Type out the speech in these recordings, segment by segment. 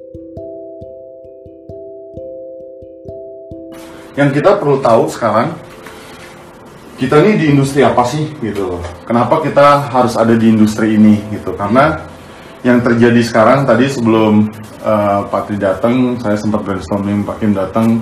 Yang kita perlu tahu sekarang, kita ini di industri apa sih gitu loh. Kenapa kita harus ada di industri ini gitu? Karena yang terjadi sekarang tadi sebelum Pak Tri datang, saya sempat brainstorming, Pak Kim datang.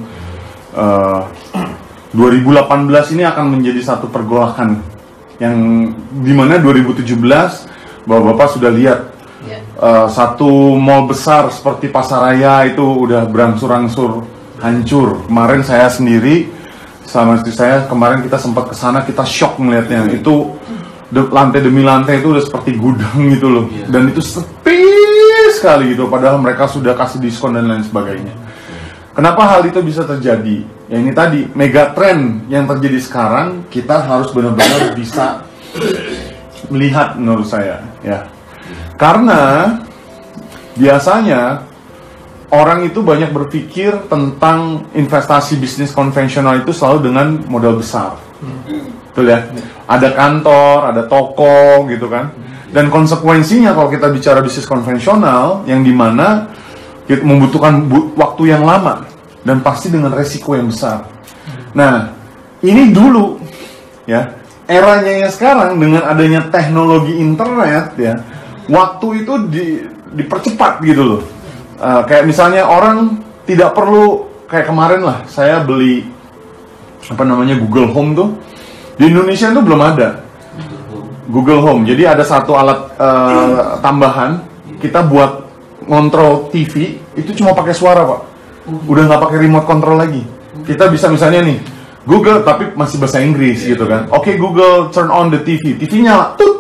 2018 ini akan menjadi satu pergolakan yang dimana 2017 Bapak-bapak sudah lihat satu mall besar seperti Pasaraya itu udah berangsur-angsur hancur. Kemarin saya sendiri sama istri saya, kemarin kita sempat ke sana, kita shock melihatnya. Itu lantai demi lantai itu udah seperti gudang gitu loh. Dan itu sepi sekali gitu, padahal mereka sudah kasih diskon dan lain sebagainya. Kenapa hal itu bisa terjadi? Ya ini tadi, mega trend yang terjadi sekarang, kita harus benar-benar bisa melihat menurut saya ya. Karena biasanya orang itu banyak berpikir tentang investasi bisnis konvensional itu selalu dengan modal besar. Betul ya? Ada kantor, ada toko gitu kan. Dan konsekuensinya kalau kita bicara bisnis konvensional yang dimana kita membutuhkan waktu yang lama dan pasti dengan resiko yang besar. Nah, ini dulu ya, eranya yang sekarang dengan adanya teknologi internet ya, waktu itu dipercepat gitu loh. Kayak misalnya orang tidak perlu, kayak kemarin lah saya beli Google Home tuh di Indonesia itu belum ada Google Home. Jadi ada satu alat tambahan kita buat ngontrol TV itu cuma pakai suara Pak, udah nggak pakai remote control lagi. Kita bisa misalnya nih Google tapi masih bahasa Inggris gitu kan. Oke, Google turn on the TV, TV nyala tut.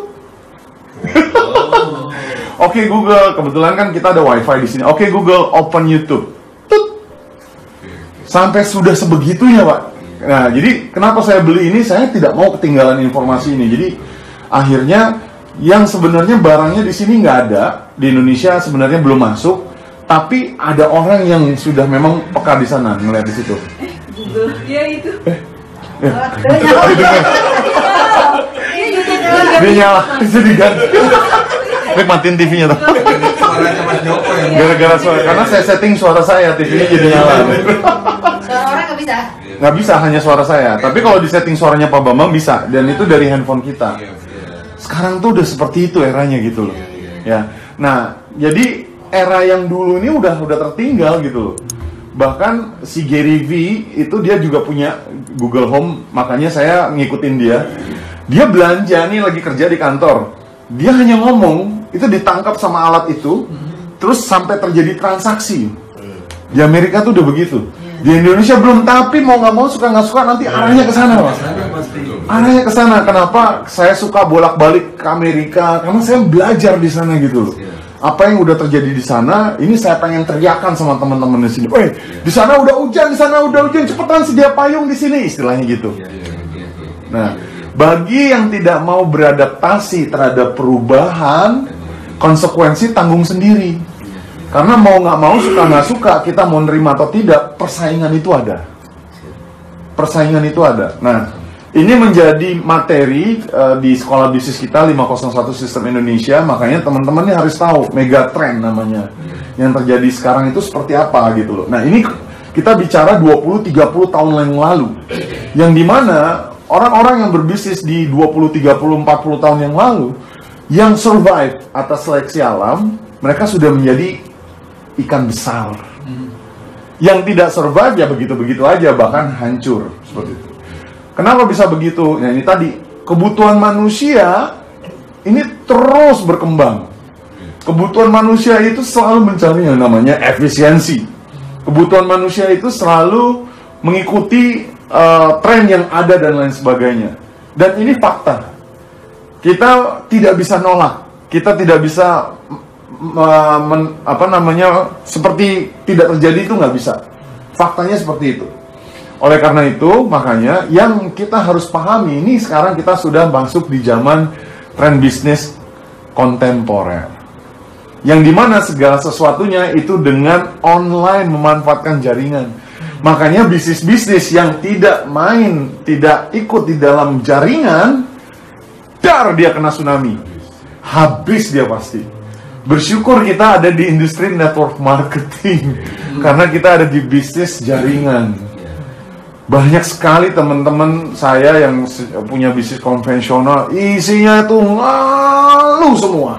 Oke, Google, kebetulan kan kita ada wifi di sini. Oke, Google open YouTube. Tut. Sampai sudah sebegitunya, Pak. Nah, jadi kenapa saya beli ini? Saya tidak mau ketinggalan informasi ini. Jadi akhirnya yang sebenarnya barangnya di sini nggak ada, di Indonesia sebenarnya belum masuk, tapi ada orang yang sudah memang peka di sana ngeliat di situ. Google, ya itu. Dia nyala, bisa diganti. Matiin TV-nya tuh. Suaranya Mas Joko yang Gara-gara suara, karena saya setting suara saya, TV-nya jadi nyala. Suara orang nggak bisa? Nggak bisa, hanya suara saya. Tapi kalau di setting suaranya Pak Bambang bisa, dan itu dari handphone kita. Sekarang tuh udah seperti itu eranya gitu loh. Ya. Nah, jadi era yang dulu ini udah tertinggal gitu loh. Bahkan si Gary V itu dia juga punya Google Home, makanya saya ngikutin dia. Dia belanja nih lagi kerja di kantor. Dia hanya ngomong, itu ditangkap sama alat itu, terus sampai terjadi transaksi. Di Amerika tuh udah begitu. Di Indonesia belum, tapi mau nggak mau, suka nggak suka, nanti arahnya ke sana, Pak. Arahnya ke sana. Kenapa saya suka bolak-balik ke Amerika? Karena saya belajar di sana gitu loh. Apa yang udah terjadi di sana, ini saya pengen teriakan sama teman-teman di sini. Weh, di sana udah hujan, cepetan sedia payung di sini, istilahnya gitu. Nah, bagi yang tidak mau beradaptasi terhadap perubahan, konsekuensi tanggung sendiri. Karena mau nggak mau, suka nggak suka, kita mau nerima atau tidak, persaingan itu ada. Persaingan itu ada. Nah, ini menjadi materi di sekolah bisnis kita 501 Sistem Indonesia. Makanya teman-teman ini harus tahu mega trend namanya. Yang terjadi sekarang itu seperti apa gitu loh. Nah, ini kita bicara 20-30 tahun yang lalu. Yang dimana orang-orang yang berbisnis di 20, 30, 40 tahun yang lalu, yang survive atas seleksi alam, mereka sudah menjadi ikan besar. Yang tidak survive ya begitu-begitu aja, bahkan hancur seperti itu. Kenapa bisa begitu? Nah, ini tadi kebutuhan manusia ini terus berkembang. Kebutuhan manusia itu selalu mencari yang namanya efisiensi. Kebutuhan manusia itu selalu mengikuti tren yang ada dan lain sebagainya. Dan ini fakta. Kita tidak bisa nolak. Kita tidak bisa seperti tidak terjadi, itu nggak bisa. Faktanya seperti itu. Oleh karena itu, makanya yang kita harus pahami, ini sekarang kita sudah masuk di zaman tren bisnis kontemporer. Yang dimana segala sesuatunya itu dengan online, memanfaatkan jaringan. Makanya bisnis-bisnis yang tidak ikut di dalam jaringan, dar dia kena tsunami. Habis dia pasti. Bersyukur kita ada di industri network marketing, karena kita ada di bisnis jaringan. Banyak sekali teman-teman saya yang punya bisnis konvensional, isinya itu lalu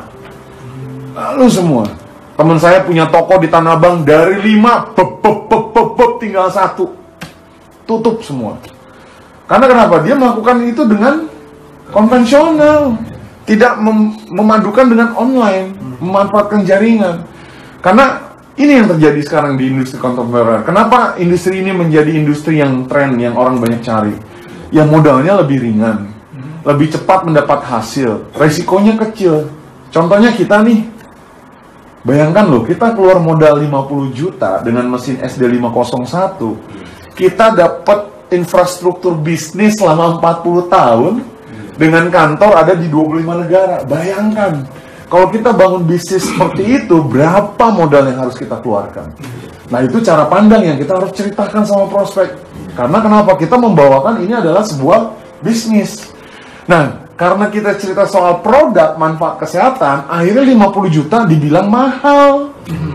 semua. Teman saya punya toko di Tanah Abang, dari 5 tinggal 1, tutup semua. Karena kenapa? Dia melakukan itu dengan konvensional, tidak memadukan dengan online, memanfaatkan jaringan. Karena ini yang terjadi sekarang di industri kontemporer. Kenapa industri ini menjadi industri yang tren, yang orang banyak cari? Ya modalnya lebih ringan, lebih cepat mendapat hasil, resikonya kecil. Contohnya kita nih, bayangkan loh, kita keluar modal 50 juta dengan mesin SD501, kita dapat infrastruktur bisnis selama 40 tahun, dengan kantor ada di 25 negara. Bayangkan, kalau kita bangun bisnis seperti itu, berapa modal yang harus kita keluarkan? Nah, itu cara pandang yang kita harus ceritakan sama prospek. Karena kenapa? Kita membawakan ini adalah sebuah bisnis. Nah, karena kita cerita soal produk manfaat kesehatan, akhirnya 50 juta dibilang mahal.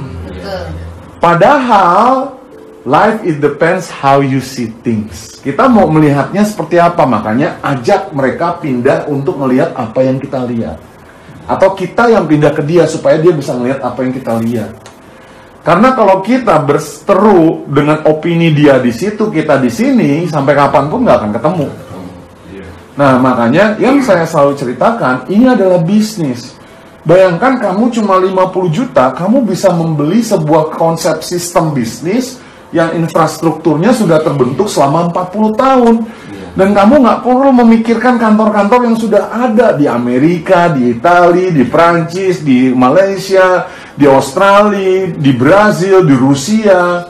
Padahal, life it depends how you see things. Kita mau melihatnya seperti apa, makanya ajak mereka pindah untuk melihat apa yang kita lihat. Atau kita yang pindah ke dia supaya dia bisa melihat apa yang kita lihat. Karena kalau kita berseteru dengan opini dia di situ, kita di sini, sampai kapanpun nggak akan ketemu. Nah, makanya yang saya selalu ceritakan, ini adalah bisnis. Bayangkan kamu cuma 50 juta, kamu bisa membeli sebuah konsep sistem bisnis yang infrastrukturnya sudah terbentuk selama 40 tahun. Dan kamu nggak perlu memikirkan kantor-kantor yang sudah ada di Amerika, di Italia, di Prancis, di Malaysia, di Australia, di Brazil, di Rusia.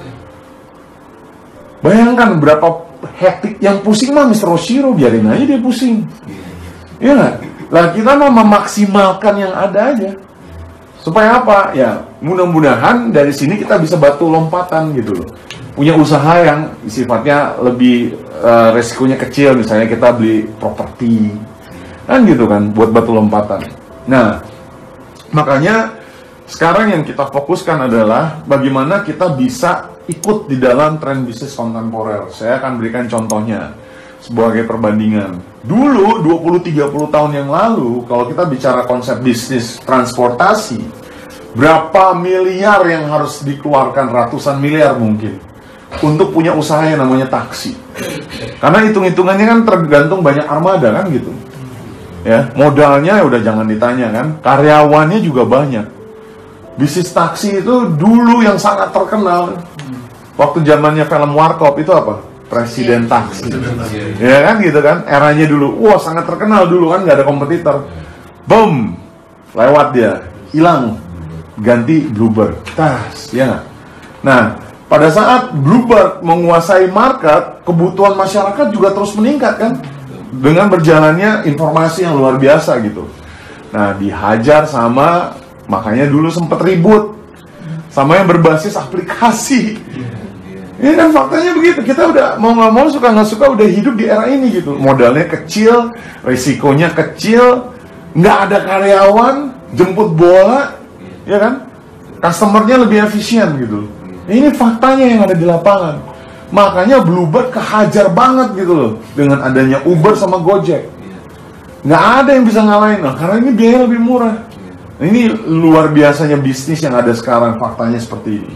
Bayangkan berapa hektik, yang pusing mah Mr. Oshiro, biarin aja dia pusing. Iya nggak? Lah kita mau memaksimalkan yang ada aja. Supaya apa? Ya mudah-mudahan dari sini kita bisa batu lompatan gitu loh. Punya usaha yang sifatnya lebih resikonya kecil, misalnya kita beli properti, kan gitu kan, buat batu lompatan. Nah, makanya sekarang yang kita fokuskan adalah bagaimana kita bisa ikut di dalam tren bisnis kontemporer. Saya akan berikan contohnya sebagai perbandingan. Dulu 20-30 tahun yang lalu, kalau kita bicara konsep bisnis transportasi, berapa miliar yang harus dikeluarkan, ratusan miliar mungkin, untuk punya usaha yang namanya taksi. Karena hitung-hitungannya kan tergantung banyak armada kan gitu. Ya, modalnya udah jangan ditanya kan, karyawannya juga banyak. Bisnis taksi itu dulu yang sangat terkenal. Waktu zamannya film Warkop itu apa? Presiden Taksi. Ya kan gitu kan, eranya dulu. Wah, sangat terkenal dulu kan, nggak ada kompetitor. Boom, lewat dia, hilang, ganti Bluebird. Tas, ya nggak? Nah, pada saat Bluebird menguasai market, kebutuhan masyarakat juga terus meningkat kan, dengan berjalannya informasi yang luar biasa gitu. Nah, dihajar sama, makanya dulu sempat ribut sama yang berbasis aplikasi. Ini kan faktanya begitu. Kita udah mau nggak mau, suka nggak suka, udah hidup di era ini gitu. Modalnya kecil, resikonya kecil, nggak ada karyawan, jemput bola, ya kan? Customernya lebih efisien gitu. Ini faktanya yang ada di lapangan. Makanya Bluebird kehajar banget gitu loh dengan adanya Uber sama Gojek. Nggak ada yang bisa ngalahin loh, karena ini biaya lebih murah. Ini luar biasanya bisnis yang ada sekarang, faktanya seperti ini.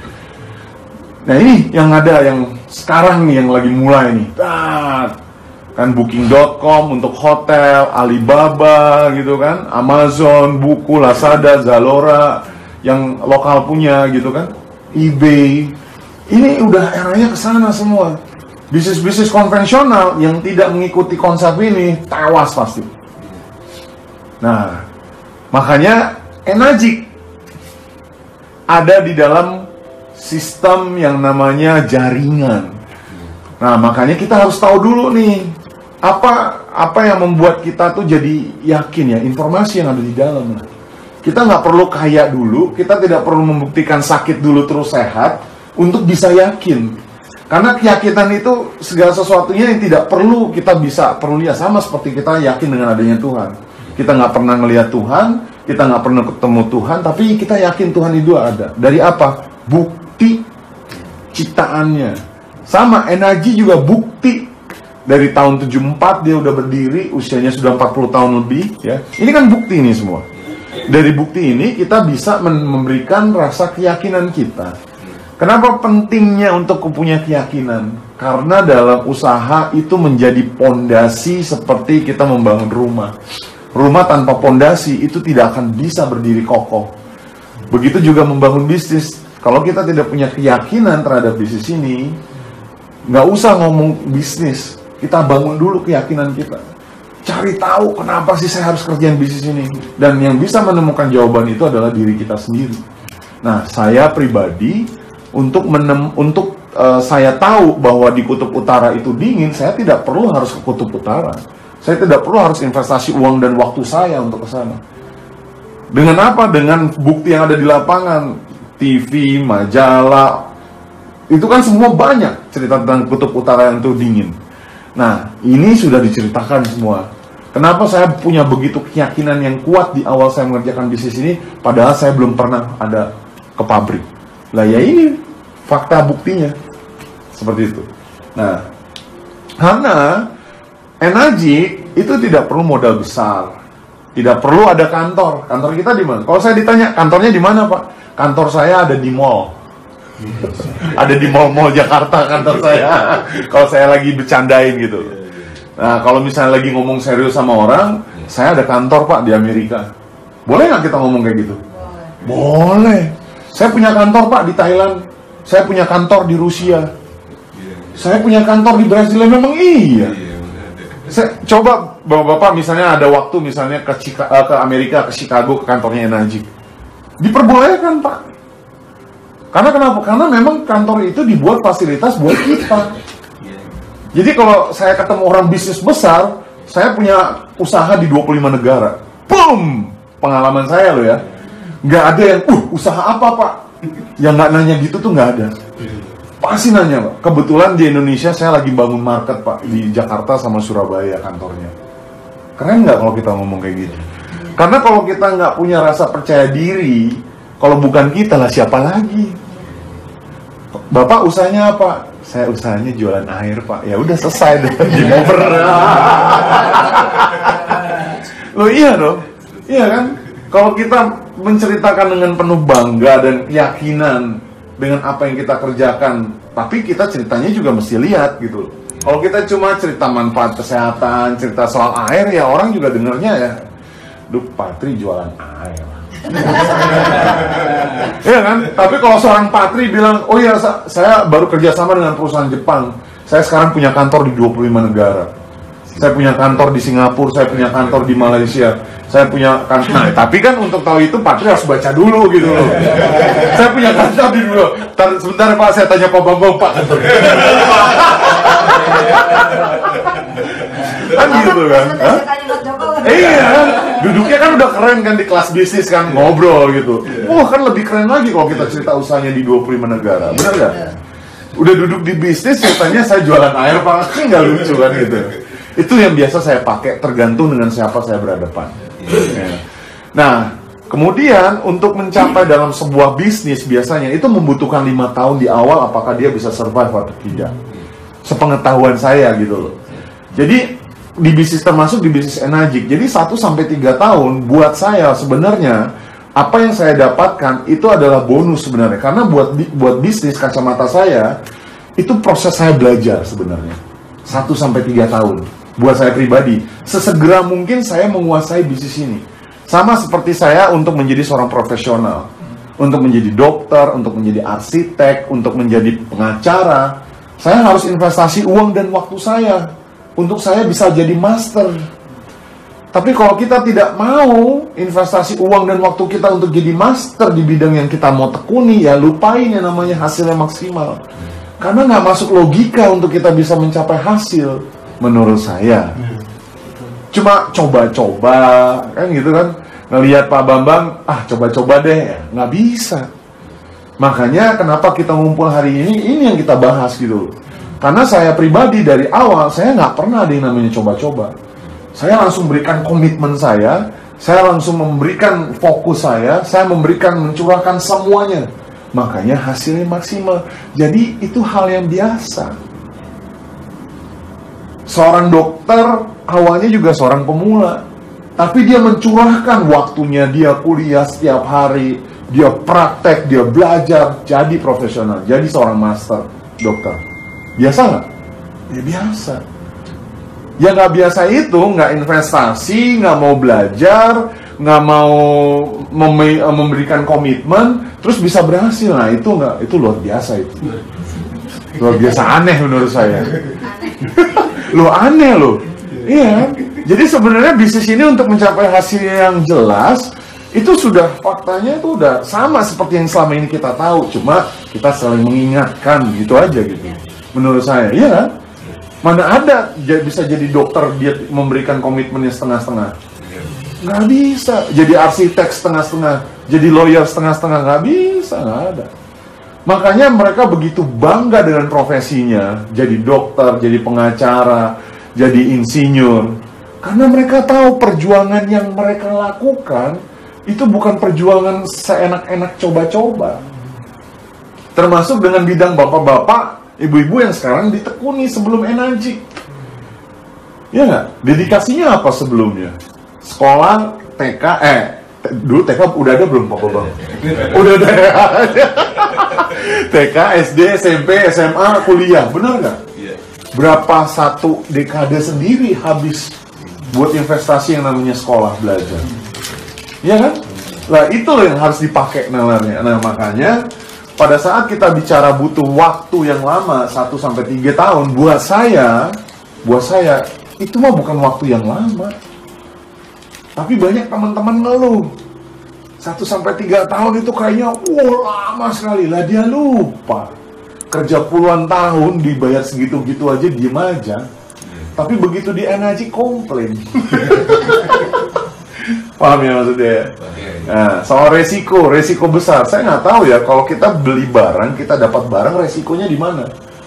Nah ini yang ada, yang sekarang nih, yang lagi mulai nih. Kan Booking.com untuk hotel, Alibaba gitu kan, Amazon, Buku, Lazada, Zalora, yang lokal punya gitu kan, eBay. Ini udah eranya kesana semua. Bisnis-bisnis konvensional yang tidak mengikuti konsep ini, tewas pasti. Nah, makanya Enagic ada di dalam sistem yang namanya jaringan. Nah, makanya kita harus tahu dulu nih, apa yang membuat kita tuh jadi yakin ya, informasi yang ada di dalam. Kita nggak perlu kaya dulu, kita tidak perlu membuktikan sakit dulu terus sehat untuk bisa yakin. Karena keyakinan itu segala sesuatunya yang tidak perlu kita bisa perlu lihat, sama seperti kita yakin dengan adanya Tuhan. Kita nggak pernah ngelihat Tuhan, kita nggak pernah ketemu Tuhan, tapi kita yakin Tuhan itu ada. Dari apa? Bukti ciptaannya. Sama, energi juga bukti. Dari tahun 74 dia udah berdiri, usianya sudah 40 tahun lebih, ya. Ini kan bukti ini semua. Dari bukti ini kita bisa memberikan rasa keyakinan kita. Kenapa pentingnya untuk punya keyakinan? Karena dalam usaha itu menjadi pondasi seperti kita membangun rumah. Rumah tanpa pondasi itu tidak akan bisa berdiri kokoh. Begitu juga membangun bisnis. Kalau kita tidak punya keyakinan terhadap bisnis ini, nggak usah ngomong bisnis. Kita bangun dulu keyakinan kita. Cari tahu kenapa sih saya harus kerjain bisnis ini. Dan yang bisa menemukan jawaban itu adalah diri kita sendiri. Nah, saya pribadi untuk saya tahu bahwa di kutub utara itu dingin, saya tidak perlu harus ke kutub utara. Saya tidak perlu harus investasi uang dan waktu saya untuk ke sana. Dengan apa? Dengan bukti yang ada di lapangan, TV, majalah, itu kan semua banyak cerita tentang kutub utara yang itu dingin. Nah, ini sudah diceritakan semua. Kenapa saya punya begitu keyakinan yang kuat di awal saya mengerjakan bisnis ini, padahal saya belum pernah ada ke pabrik. Lah ya ini fakta buktinya seperti itu. Nah, karena energi itu tidak perlu modal besar, tidak perlu ada kantor. Kantor kita di mana? Kalau saya ditanya kantornya di mana, Pak? Kantor saya ada di mall. Ada di mall-mall Jakarta kantor saya. Kalau saya lagi bercandain gitu. Nah, kalau misalnya lagi ngomong serius sama orang, saya ada kantor, Pak, di Amerika. Boleh nggak kita ngomong kayak gitu? Boleh. Saya punya kantor, Pak, di Thailand. Saya punya kantor di Rusia. Saya punya kantor di Brasilia. Memang iya. Saya coba bapak-bapak misalnya ada waktu misalnya ke Amerika, ke Chicago, ke kantornya Energy. Diperbolehkan, Pak. Karena kenapa? Karena memang kantor itu dibuat fasilitas buat kita. Jadi kalau saya ketemu orang bisnis besar, saya punya usaha di 25 negara. Boom! Pengalaman saya loh ya. Nggak ada yang, usaha apa, Pak? Yang nggak nanya gitu tuh nggak ada. Pasti nanya, Pak. Kebetulan di Indonesia saya lagi bangun market, Pak. Di Jakarta sama Surabaya kantornya. Keren nggak kalau kita ngomong kayak gitu? Karena kalau kita nggak punya rasa percaya diri, kalau bukan kita lah siapa lagi? Bapak usahanya apa? Saya usahanya jualan air, Pak. Ya udah selesai deh. Game over. Loh iya dong. Iya kan? Kalau kita menceritakan dengan penuh bangga dan keyakinan dengan apa yang kita kerjakan, tapi kita ceritanya juga mesti lihat gitu. Kalau kita cuma cerita manfaat kesehatan, cerita soal air, ya orang juga dengernya ya, duh Patri jualan air. Iya kan? Tapi kalau seorang Patri bilang, oh iya saya baru kerjasama dengan perusahaan Jepang, saya sekarang punya kantor di 25 negara, saya punya kantor di Singapura, saya punya kantor di Malaysia, saya punya kantor. Nah, tapi kan untuk tahu itu Patri harus baca dulu gitu loh. Saya punya kantor di dulu. Sebentar Pak, saya tanya Pak Bambang, Pak. Kan gitu kan? Iya, duduknya kan udah keren kan di kelas bisnis kan, ngobrol gitu. Wah kan lebih keren lagi kalau kita cerita usahanya di 25 negara, benar nggak? Udah duduk di bisnis, ceritanya saya jualan air, Pak, kan nggak lucu kan gitu. Itu yang biasa saya pakai, tergantung dengan siapa saya berhadapan. Nah, kemudian untuk mencapai dalam sebuah bisnis biasanya itu membutuhkan 5 tahun di awal, apakah dia bisa survive atau tidak. Sepengetahuan saya gitu loh. Jadi di bisnis termasuk di bisnis Enagic. Jadi 1-3 tahun buat saya sebenarnya apa yang saya dapatkan itu adalah bonus sebenarnya. Karena buat bisnis kacamata saya itu proses saya belajar sebenarnya. 1-3 tahun buat saya pribadi. Sesegera mungkin saya menguasai bisnis ini. Sama seperti saya untuk menjadi seorang profesional, untuk menjadi dokter, untuk menjadi arsitek, untuk menjadi pengacara. Saya harus investasi uang dan waktu saya untuk saya bisa jadi master. Tapi kalau kita tidak mau investasi uang dan waktu kita untuk jadi master di bidang yang kita mau tekuni, ya lupain yang namanya hasilnya maksimal. Karena nggak masuk logika untuk kita bisa mencapai hasil, menurut saya. Cuma coba-coba, kan gitu kan. Ngelihat Pak Bambang, coba-coba deh, nggak bisa. Makanya kenapa kita ngumpul hari ini yang kita bahas gitu. Karena saya pribadi dari awal, saya nggak pernah ada yang namanya coba-coba. Saya langsung berikan komitmen saya Saya langsung memberikan fokus saya mencurahkan semuanya. Makanya hasilnya maksimal. Jadi itu hal yang biasa. Seorang dokter awalnya juga seorang pemula, tapi dia mencurahkan waktunya, dia kuliah setiap hari, dia praktek, dia belajar, jadi profesional, jadi seorang master dokter. Biasa nggak? Ya biasa. Ya nggak biasa itu, nggak investasi, nggak mau belajar, nggak mau memberikan komitmen, terus bisa berhasil. Nah itu nggak, itu luar biasa itu. Luar biasa aneh menurut saya. Lo aneh lo. Iya. Jadi sebenarnya bisnis ini untuk mencapai hasil yang jelas, itu sudah faktanya itu udah sama seperti yang selama ini kita tahu, cuma kita saling mengingatkan gitu aja gitu. Menurut saya, iya. Mana ada bisa jadi dokter dia memberikan komitmennya setengah-setengah. Nggak bisa. Jadi arsitek setengah-setengah, jadi lawyer setengah-setengah, nggak bisa, nggak ada. Makanya mereka begitu bangga dengan profesinya, jadi dokter, jadi pengacara, jadi insinyur. Karena mereka tahu perjuangan yang mereka lakukan itu bukan perjuangan seenak-enak coba-coba. Termasuk dengan bidang bapak-bapak, ibu-ibu yang sekarang ditekuni sebelum NAJ. Ya nggak? Dedikasinya apa sebelumnya? Sekolah, TK, dulu TK udah ada belum Pak Bambang? Udah ada. TK, SD, SMP, SMA, kuliah, benar nggak? Berapa satu dekade sendiri habis buat investasi yang namanya sekolah belajar? Iya kan? Nah itu loh yang harus dipakai nalarnya. Nah makanya pada saat kita bicara butuh waktu yang lama 1-3 tahun, buat saya itu mah bukan waktu yang lama. Tapi banyak teman-teman ngeluh 1-3 tahun itu kayaknya lama sekali. Lah dia lupa kerja puluhan tahun dibayar segitu-gitu aja, diem aja. Tapi begitu di NAJ komplain. Paham ya maksudnya? Nah, soal resiko besar. Saya nggak tahu ya, kalau kita beli barang, kita dapat barang, resikonya di mana?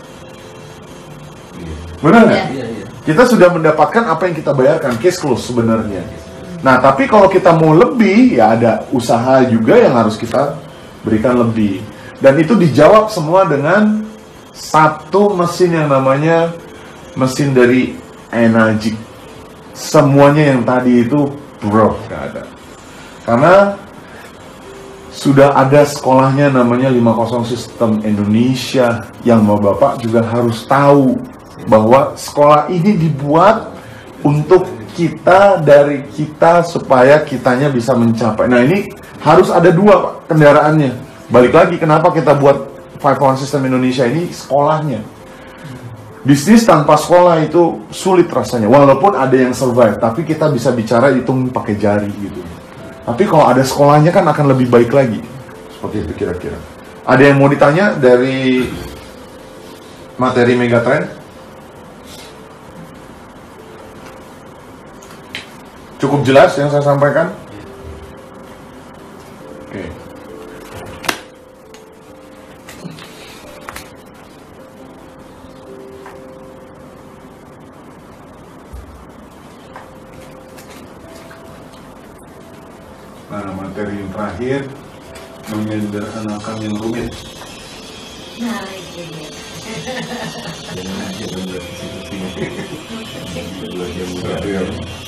Benar nggak? Kita sudah mendapatkan apa yang kita bayarkan, case close sebenarnya. Nah, tapi kalau kita mau lebih, ya ada usaha juga yang harus kita berikan lebih. Dan itu dijawab semua dengan satu mesin yang namanya mesin dari NAJ. Semuanya yang tadi itu bro, gak ada. Karena sudah ada sekolahnya namanya 50 Sistem Indonesia, yang bapak-bapak juga harus tahu bahwa sekolah ini dibuat untuk kita, dari kita, supaya kitanya bisa mencapai. Nah ini harus ada dua Pak, kendaraannya. Balik lagi kenapa kita buat 51 System Indonesia ini, sekolahnya. Bisnis tanpa sekolah itu sulit rasanya, walaupun ada yang survive, tapi kita bisa bicara hitung pakai jari gitu. Tapi kalau ada sekolahnya kan akan lebih baik lagi. Seperti itu kira-kira. Ada yang mau ditanya dari materi Megatrend? Cukup jelas yang saya sampaikan? Oke. Nah, materi yang terakhir, menyederhanakan yang rumit. Nah, itu dia. Jangan kita buat situ-situ.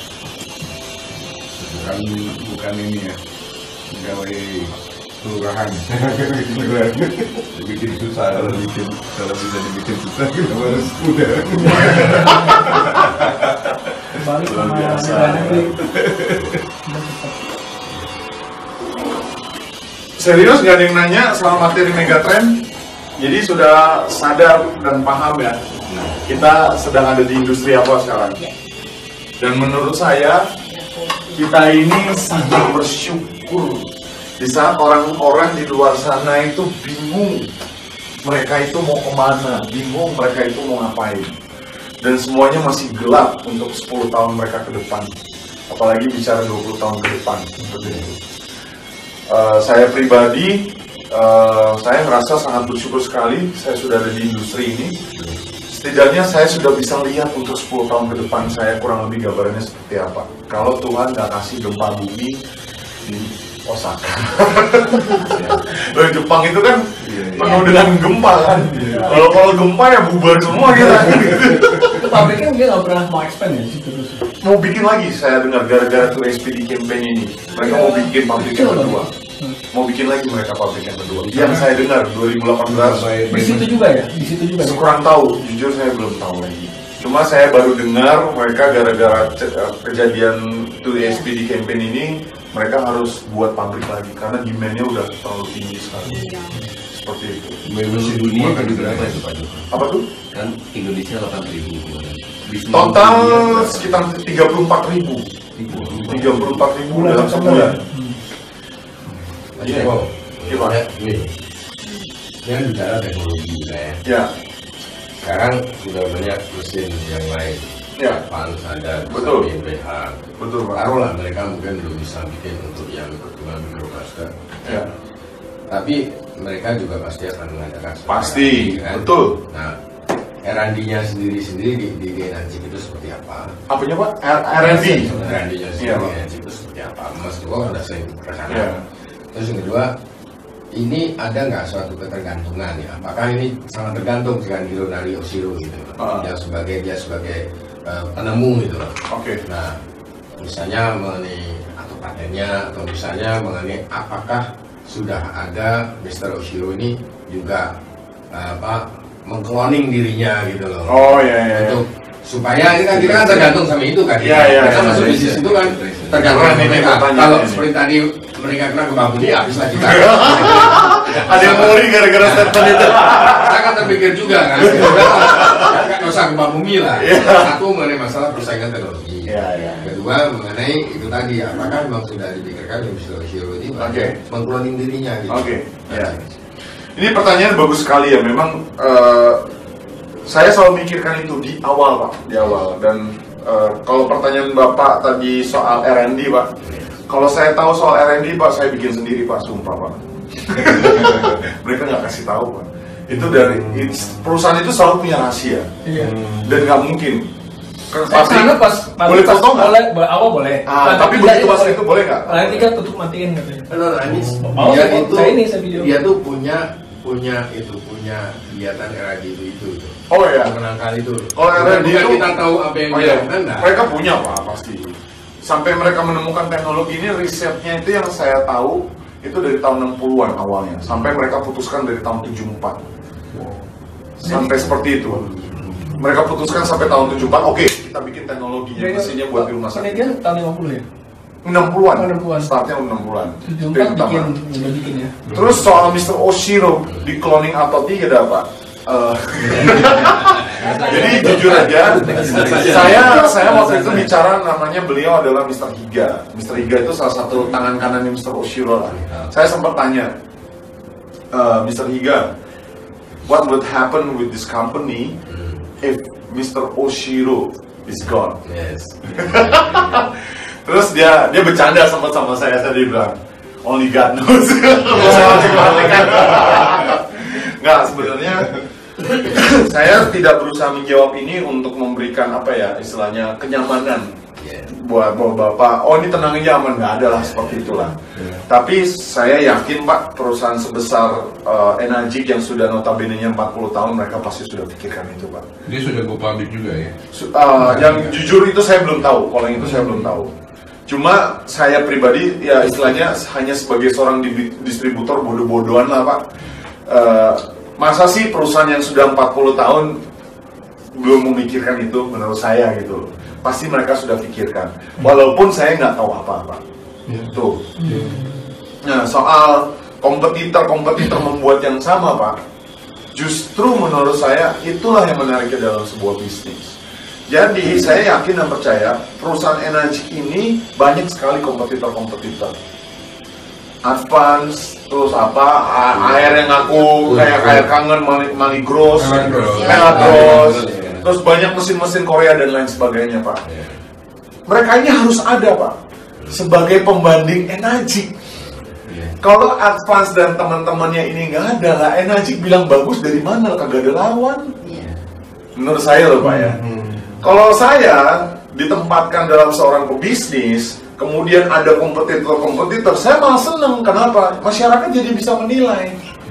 Bukan ini ya, pegawai kelurahan. Dibikin susah, kalau bisa dibikin susah kita harus mudah. Luar biasa. Serius gak ada yang nanya soal materi Megatrend? Jadi sudah sadar dan paham ya, kita sedang ada di industri apa sekarang. Dan menurut saya, kita ini sangat bersyukur di saat orang-orang di luar sana itu bingung mereka itu mau kemana, bingung mereka itu mau ngapain, dan semuanya masih gelap untuk 10 tahun mereka ke depan, apalagi bicara 20 tahun ke depan. Saya pribadi, saya merasa sangat bersyukur sekali saya sudah ada di industri ini. setidaknya saya sudah bisa lihat untuk 10 tahun ke depan saya kurang lebih gambarannya seperti apa. Kalau Tuhan nggak kasih gempa bumi di Osaka. Loh, Jepang itu kan penuh dengan gempa kan. Kalau gempa ya bubar semua kita. Itu pabriknya dia nggak pernah mau expand ya situ terus. Mau bikin lagi, saya dengar gara-gara tuh SPD campaign ini, mereka mau bikin pabrik yang kedua. Mau bikin lagi mereka pabrik yang kedua. Yang saya dengar 2018. Di situ juga ya? Di situ juga. Kurang tahu, jujur saya belum tahu lagi. Cuma saya baru dengar mereka gara-gara kejadian tuh SPD campaign ini, mereka harus buat pabrik lagi karena demand-nya udah terlalu tinggi sekali. Seperti itu. Mesin dunia kan berapa itu Pak Joko? Apa tuh? Kan Indonesia 8.000 kemarin. Total sekitar 34.000. 34.000 dalam sebulan. Iya, kok. Gimana? Ini kan bicara teknologi ya. Ya, Sekarang sudah banyak mesin yang lain. ya, Pans ada, Betul. BPH. betul Pak. Taruhlah mereka mungkin belum bisa bikin untuk yang pertumbuhan mikrokluster. Ya, Tapi mereka juga pasti akan mengadakan pasti, kan? betul. Nah, R&D-nya sendiri di Genanjik itu seperti apa? Apanya Pak? R&D. R&D-nya sendiri Iya, di Pak. Genanjik itu seperti apa? Mas Joko kan udah sering ke sana. Ya, Terus yang kedua, ini ada nggak suatu ketergantungan ya? Apakah ini sangat tergantung dengan Hironari Oshiro gitu, dia sebagai penemu gitu loh. oke. Nah, misalnya mengenai atau patennya atau misalnya mengenai apakah sudah ada Mr. Oshiro ini juga mengkloning dirinya gitu loh. Oh ya. Untuk supaya kita kan tergantung sama itu kan. Iya. Kita masuk bisnis itu kan tergantung sama mereka. Kalau seperti tadi mereka kena gempa bumi, habislah kita. Ada yang ngori gara-gara statement itu. Saya kan terpikir juga kan. Nggak usah gempa bumi lah. Satu mengenai masalah persaingan teknologi. Iya. Kedua mengenai itu tadi, apakah memang sudah dipikirkan Mr. Oshiro ini mengkloning dirinya gitu. Oke. Ya. Ini pertanyaan bagus sekali ya. Memang saya selalu mikirkan itu di awal Pak, di awal. Dan kalau pertanyaan Bapak tadi soal R&D Pak, kalau saya tahu soal R&D Pak, saya bikin sendiri Pak, sumpah Pak. Mereka nggak kasih tahu Pak. Itu dari perusahaan itu selalu punya rahasia. Iya. Dan nggak mungkin. Karena pas boleh foto nggak? boleh, awal boleh. Tapi begitu pas itu boleh nggak? Lantai tiga tutup matiin katanya. Benar, dia itu saya ini saya video. dia tuh punya kegiatan R&D itu. Oh ya. Menangkal itu. Kalau R&D Bukan itu kita tahu apa yang oh, dia iya. lakukan, nah. Mereka punya Pak pasti. Sampai mereka menemukan teknologi ini, risetnya itu yang saya tahu itu dari tahun 60-an awalnya. Sampai mereka putuskan dari tahun 74. Sampai seperti itu. Mereka putuskan sampai tahun 74, oke, kita bikin teknologinya, mesinnya buat di rumah sakit. Penelitian tahun 50 ya? 60-an. 60-an. Startnya 60-an. 74 udah bikin ya. Terus soal Mr. Oshiro di cloning atau tidak Pak? Jadi jujur aja, saya waktu itu bicara namanya beliau adalah Mr. Higa. Mr. Higa itu salah satu tangan kanannya Mr. Oshiro lah. Saya sempat tanya, Mr. Higa, what would happen with this company if Mr. Oshiro is gone? Yes. Terus dia bercanda sempat sama saya bilang, only God knows. Nggak, sebenarnya saya tidak berusaha menjawab ini untuk memberikan apa ya istilahnya kenyamanan buat bapak. Oh ini tenang aja aman, nggak ada lah seperti itulah. Tapi saya yakin Pak, perusahaan sebesar Enagic yang sudah notabene-nya 40 tahun mereka pasti sudah pikirkan itu Pak. Dia sudah go public juga ya? Yang jujur itu saya belum tahu, kalau yang itu saya belum tahu. Cuma saya pribadi ya istilahnya hanya sebagai seorang distributor bodoh-bodohan lah Pak. Masa sih perusahaan yang sudah 40 tahun belum memikirkan itu menurut saya gitu. Pasti mereka sudah pikirkan. Walaupun saya nggak tahu apa-apa. Tuh. Nah soal kompetitor membuat yang sama Pak, justru menurut saya itulah yang menarik ke dalam sebuah bisnis. Jadi saya yakin dan percaya perusahaan Enagic ini banyak sekali kompetitor. Advance, terus apa, air yang aku kayak air kangen, Maligros, Meladros, terus banyak mesin-mesin Korea dan lain sebagainya Pak. Mereka ini harus ada Pak, sebagai pembanding Enagic. Kalau Advance dan teman-temannya ini nggak ada lah, Enagic bilang bagus dari mana, kagak ada lawan. Menurut saya loh Pak ya. Kalau saya ditempatkan dalam seorang pebisnis, kemudian ada kompetitor, saya malah seneng. Kenapa? Masyarakat jadi bisa menilai.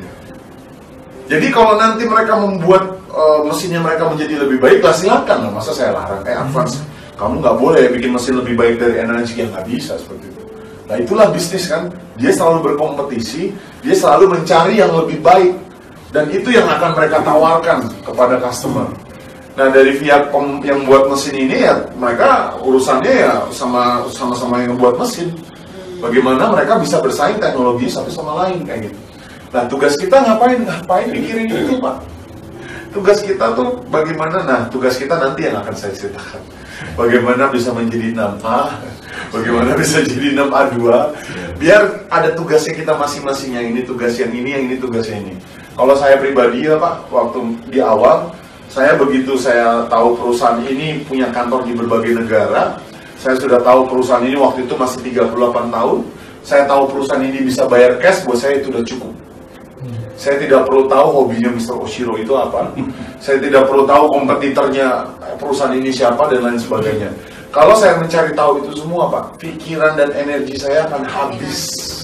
Jadi kalau nanti mereka membuat mesinnya mereka menjadi lebih baik, lah silakan lah. Masa saya larang? Advance, kamu nggak boleh bikin mesin lebih baik dari energi, yang nggak bisa seperti itu. Nah itulah bisnis kan. Dia selalu berkompetisi, dia selalu mencari yang lebih baik, dan itu yang akan mereka tawarkan kepada customer. Nah dari pihak yang buat mesin ini ya mereka urusannya ya sama-sama yang buat mesin. Bagaimana mereka bisa bersaing teknologi satu sama lain kayak gitu. Nah tugas kita ngapain mikirin itu Pak. Tugas kita tuh bagaimana, nah tugas kita nanti yang akan saya ceritakan. Bagaimana bisa menjadi 6A, bagaimana bisa jadi 6A2. Biar ada tugasnya kita masing-masing, yang ini tugas yang ini tugas yang ini. Kalau saya pribadi ya Pak, waktu di awal saya begitu saya tahu perusahaan ini punya kantor di berbagai negara, saya sudah tahu perusahaan ini waktu itu masih 38 tahun, saya tahu perusahaan ini bisa bayar cash, buat saya itu udah cukup. Saya tidak perlu tahu hobinya Mr. Oshiro itu apa, saya tidak perlu tahu kompetitornya perusahaan ini siapa dan lain sebagainya. Kalau saya mencari tahu itu semua Pak, pikiran dan energi saya akan habis.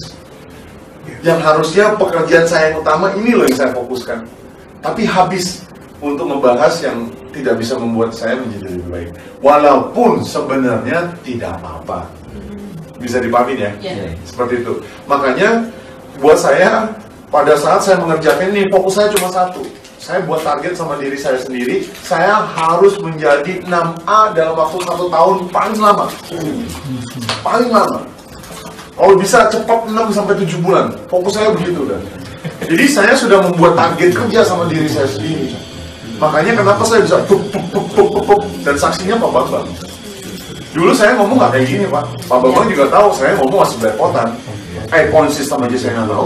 Yang harusnya pekerjaan saya yang utama ini loh yang saya fokuskan, tapi habis untuk membahas yang tidak bisa membuat saya menjadi lebih baik. Walaupun sebenarnya tidak apa-apa. Bisa dipahami ya? Seperti itu. Makanya buat saya, pada saat saya mengerjakan ini, fokus saya cuma satu. Saya buat target sama diri saya sendiri, saya harus menjadi 6A dalam waktu 1 tahun paling lama. Paling lama. Kalau bisa cepat 6-7 bulan. Fokus saya begitu udah. Jadi saya sudah membuat target kerja sama diri saya sendiri. Makanya kenapa saya bisa dan saksinya Pak Bambang. Dulu saya ngomong nggak kayak gini Pak. Pak Bambang juga tahu saya ngomong masih belepotan. Point system aja saya nggak tahu.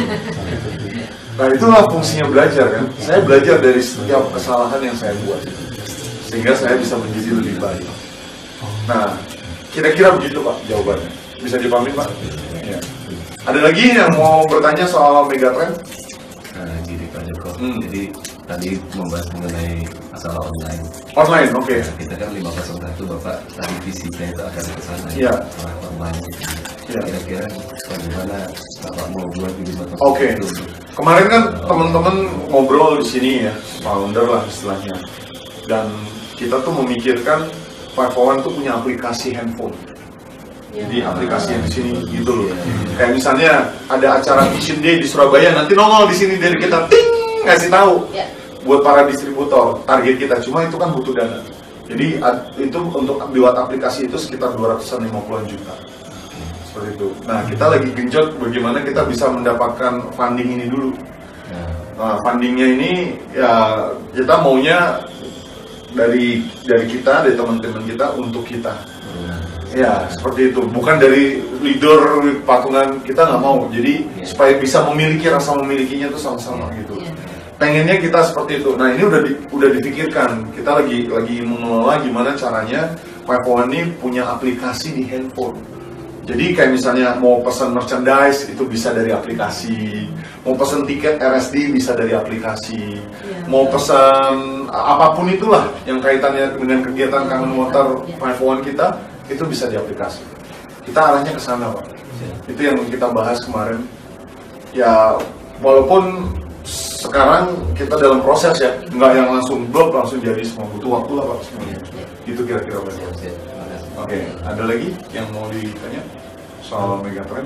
Nah itulah fungsinya belajar kan. Saya belajar dari setiap kesalahan yang saya buat, sehingga saya bisa menjadi lebih baik. Nah kira-kira begitu Pak jawabannya. Bisa dipahami Pak? Ya. Ada lagi yang mau bertanya soal Megatrend? Gini Pak Joko, jadi tadi membahas mengenai masalah online. Online, oke. Nah, kita kan 501 Bapak tadi visinya itu akan ke sana. Iya. Arah online gitu. Iya. Kira-kira bagaimana Bapak mau buat di 501 Oke. itu? Kemarin kan teman-teman ngobrol di sini ya, founder lah istilahnya. Dan kita tuh memikirkan Five01 tuh punya aplikasi handphone. Jadi aplikasi yang di sini gitu loh. Kayak misalnya ada acara Vision Day di Surabaya, nanti nongol di sini dari kita, ting, ngasih tahu buat para distributor target kita. Cuma itu kan butuh dana. Jadi itu untuk buat aplikasi itu sekitar 250-an juta. Seperti itu. Nah kita lagi genjot bagaimana kita bisa mendapatkan funding ini dulu. Nah, fundingnya ini ya kita maunya dari kita, dari teman-teman kita untuk kita. Ya seperti itu, bukan dari leader patungan, kita nggak mau. Jadi supaya bisa memiliki rasa memilikinya itu sama-sama gitu. Pengennya kita seperti itu. Nah ini udah dipikirkan. Kita lagi mengelola gimana caranya Five01 ini punya aplikasi di handphone. Jadi kayak misalnya mau pesan merchandise itu bisa dari aplikasi, mau pesan tiket RSD bisa dari aplikasi, mau pesan apapun itulah yang kaitannya dengan kegiatan Kangen Motor Five01 kita. Itu bisa di aplikasi. Kita arahnya ke sana Pak. Itu yang kita bahas kemarin. Ya walaupun sekarang kita dalam proses ya, nggak yang langsung blok langsung jadi semua, butuh waktu lah Pak semuanya. Itu kira-kira Pak. Oke, ada lagi yang mau ditanya soal Megatrend?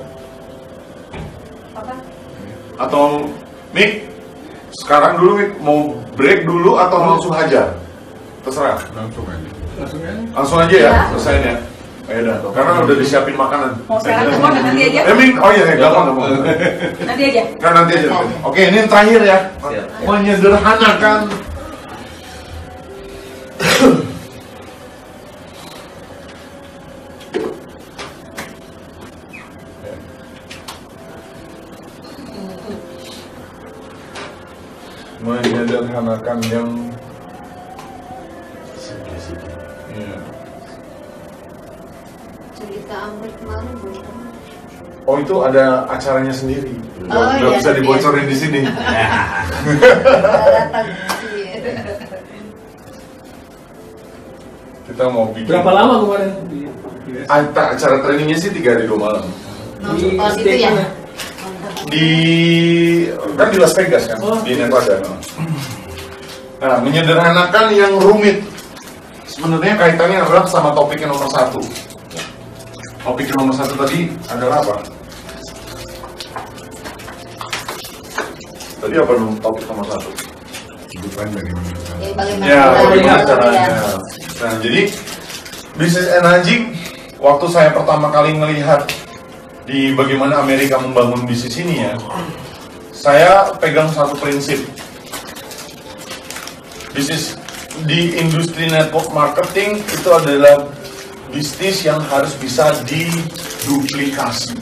Apa? Atau Mik, sekarang dulu Mik, mau break dulu atau langsung hajar? Terserah. Langsung aja ya, selesaiin ya. Ya udah, karena udah disiapin makanan. Mau sekarang telepon nanti aja? Oh iya, gampang. Nanti aja? Kan nanti aja. Oke, ini yang terakhir ya. Menyederhanakan. Menyederhanakan yang Cerita Amrik kemarin belum. Oh itu ada acaranya sendiri. Nggak bisa dibocorin di sini. Kita mau bikin. Berapa lama kemarin? Acara trainingnya sih 3 hari 2 malam. Oh, situ ya? Kan di Las Vegas kan, di Nevada. Nah, menyederhanakan yang rumit. Sebenarnya kaitannya adalah sama topik yang nomor 1. Topik yang nomor 1 tadi adalah apa? Tadi apa dong topik nomor 1? Kehidupan bagaimana? Ya, bagaimana ya. caranya. Nah, jadi bisnis anjing, waktu saya pertama kali melihat di bagaimana Amerika membangun bisnis ini ya, saya pegang satu prinsip. Bisnis di industri network marketing itu adalah bisnis yang harus bisa diduplikasi.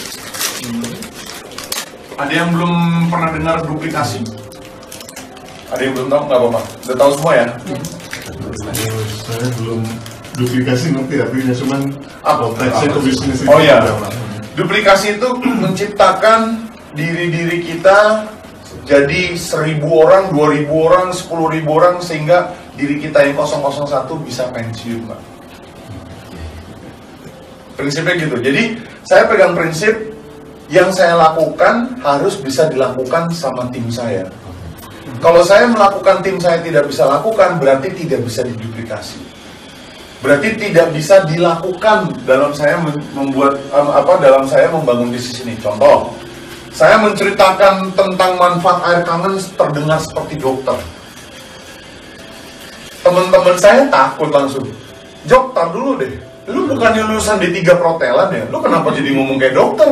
Ada yang belum pernah dengar duplikasi? Ada yang belum tahu? Nggak apa-apa. Udah tahu semua ya? Saya belum duplikasi ngerti artinya, cuman konteksnya ke bisnis itu Oh ya, apa? duplikasi itu menciptakan diri-diri kita jadi 1.000 orang, 2.000 orang, 10.000 orang sehingga diri kita yang 001 bisa pensiun, Pak. Prinsipnya gitu. Jadi saya pegang prinsip yang saya lakukan harus bisa dilakukan sama tim saya. Kalau saya melakukan, tim saya tidak bisa lakukan, berarti tidak bisa diduplikasi. Berarti tidak bisa dilakukan dalam saya dalam saya membangun bisnis ini. Contoh, saya menceritakan tentang manfaat air kangen terdengar seperti dokter. Teman-teman saya takut langsung. Jok, tar dulu deh. Lu bukannya lulusan D3 Protelan ya? Lu kenapa jadi ngomong kayak dokter?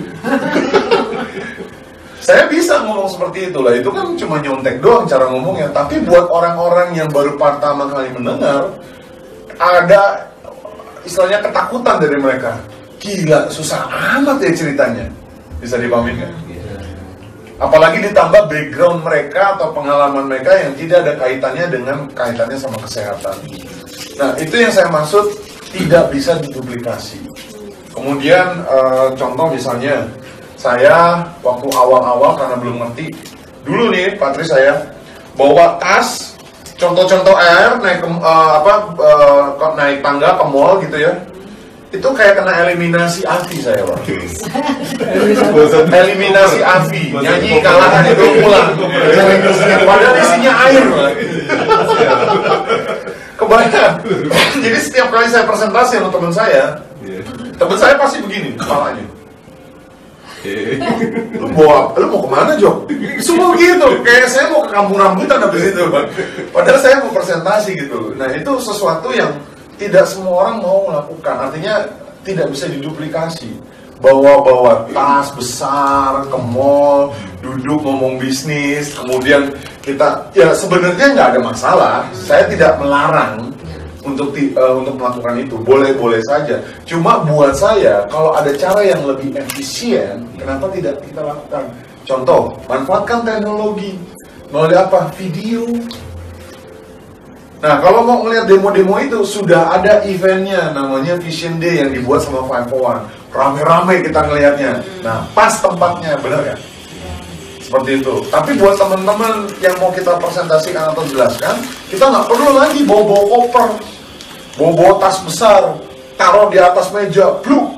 Saya bisa ngomong seperti itu lah. Itu kan cuma nyontek doang cara ngomongnya. Tapi buat orang-orang yang baru pertama kali mendengar, ada istilahnya ketakutan dari mereka. Gila, susah amat ya ceritanya. Bisa dipahami kan? Apalagi ditambah background mereka atau pengalaman mereka yang tidak ada kaitannya sama kesehatan. Nah, itu yang saya maksud tidak bisa diduplikasi. Kemudian contoh misalnya saya waktu awal-awal karena belum ngerti dulu nih, Patris, saya bawa tas, contoh-contoh air naik naik tangga ke mall gitu ya. Itu kayak kena eliminasi AVI saya, Pak. Eliminasi AVI, nyanyi kalah itu pulang. Padahal isinya air, Pak. Kebayang. Jadi setiap kali saya presentasi sama teman saya pasti begini kepalanya. Lu mau kemana, Jok? Semua gitu, kayak saya mau ke kampung rambutan habis itu, Pak. Padahal saya mau presentasi gitu. Nah, itu sesuatu yang tidak semua orang mau melakukan, artinya tidak bisa diduplikasi. Bawa tas besar ke mall, duduk ngomong bisnis, kemudian kita, ya sebenarnya nggak ada masalah. Saya tidak melarang untuk melakukan itu, boleh-boleh saja. Cuma buat saya, kalau ada cara yang lebih efisien, kenapa tidak kita lakukan? Contoh, manfaatkan teknologi melalui apa? Video. Nah, kalau mau ngeliat demo-demo itu, sudah ada eventnya, namanya Vision Day yang dibuat sama 501. Rame-rame kita ngelihatnya. Nah, pas tempatnya, benar kan? Seperti itu. Tapi buat teman-teman yang mau kita presentasikan atau jelaskan, kita nggak perlu lagi bawa-bawa koper, bawa tas besar, taruh di atas meja, bluk.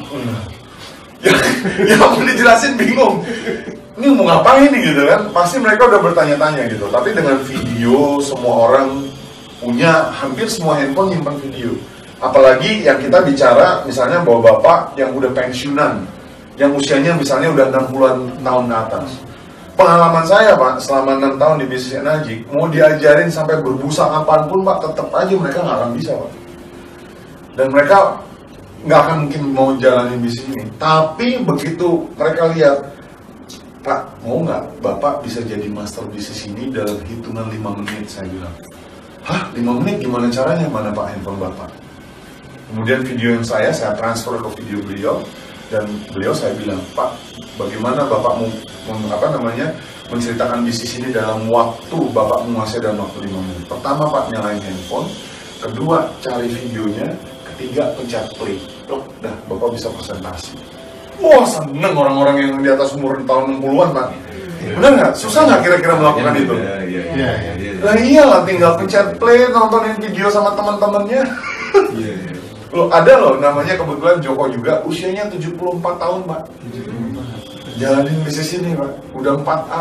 Ya mau dijelasin bingung. Ini mau ngapain nih gitu kan? Pasti mereka udah bertanya-tanya gitu. Tapi dengan video, semua orang punya, hampir semua handphone nyimpan video. Apalagi yang kita bicara misalnya bahwa bapak yang udah pensiunan, yang usianya misalnya udah 60-an tahun ke atas. Pengalaman saya, Pak, selama 6 tahun di bisnis energi, mau diajarin sampai berbusa kapanpun, Pak, tetap aja mereka nggak akan bisa, Pak. Dan mereka nggak akan mungkin mau jalanin bisnis ini. Tapi begitu mereka lihat, Pak, mau nggak bapak bisa jadi master bisnis ini dalam hitungan 5 menit, saya bilang. Hah, 5 menit gimana caranya? Mana Pak handphone Bapak? Kemudian video yang saya transfer ke video beliau, dan beliau saya bilang, Pak, bagaimana Bapak mau menceritakan bisnis ini dalam waktu Bapak menguasai dalam waktu 5 menit? Pertama, Pak, nyalain handphone. Kedua, cari videonya. Ketiga, pencet play. Loh, dah, Bapak bisa presentasi. Wah, seneng orang-orang yang di atas umur tahun 60-an, Pak. Benar nggak? Susah nggak kira-kira melakukan itu? Iya. Nah iyalah, tinggal pencet play, nontonin video sama teman-temannya. Loh, ada loh namanya kebetulan Joko juga usianya 74 tahun, Pak. Jalanin bisnis ini, Pak. Udah 4A.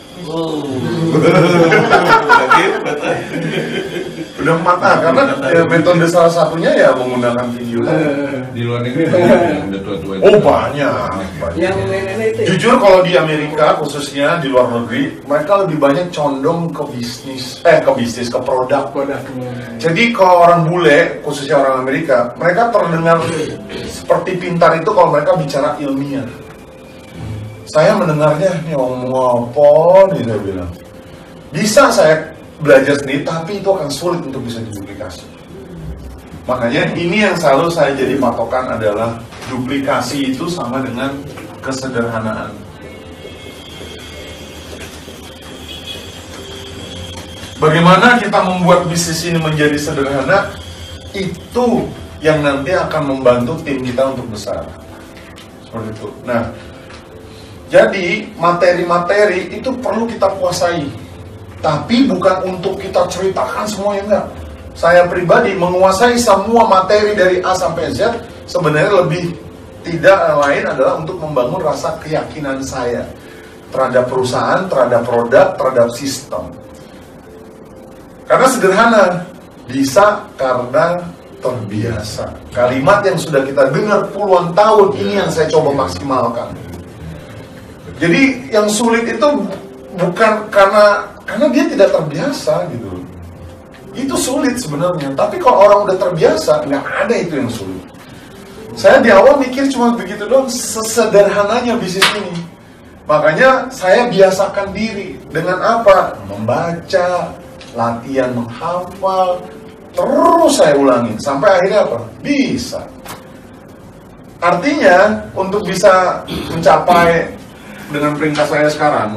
Udah 4A karena ya, metode salah satunya ya menggunakan video. Di luar negeri yang udah tua-tua. Oh banyak. Yang nenek-nenek itu. Jujur kalau di Amerika khususnya di luar negeri mereka lebih banyak condong ke ke produk. Jadi kalau orang bule khususnya orang Amerika mereka terdengar seperti pintar itu kalau mereka bicara ilmiah. Saya mendengarnya nih ngomong apa nih, dia bilang bisa saya belajar sendiri tapi itu akan sulit untuk bisa diduplikasi. Makanya ini yang selalu saya jadi patokan adalah duplikasi itu sama dengan kesederhanaan. Bagaimana kita membuat bisnis ini menjadi sederhana, itu yang nanti akan membantu tim kita untuk besar. Seperti itu. Nah, jadi materi-materi itu perlu kita kuasai. Tapi bukan untuk kita ceritakan semuanya, enggak. Saya pribadi menguasai semua materi dari A sampai Z sebenarnya lebih tidak lain adalah untuk membangun rasa keyakinan saya terhadap perusahaan, terhadap produk, terhadap sistem. Karena sederhana, bisa karena terbiasa. Kalimat yang sudah kita dengar puluhan tahun ini yang saya coba maksimalkan. Jadi yang sulit itu bukan karena dia tidak terbiasa gitu. Itu sulit sebenarnya. Tapi kalau orang udah terbiasa, nggak ada itu yang sulit. Saya di awal mikir cuma begitu doang, sesederhananya bisnis ini. Makanya saya biasakan diri dengan apa? Membaca, latihan menghafal, terus saya ulangin sampai akhirnya apa? Bisa. Artinya untuk bisa mencapai dengan peringkat saya sekarang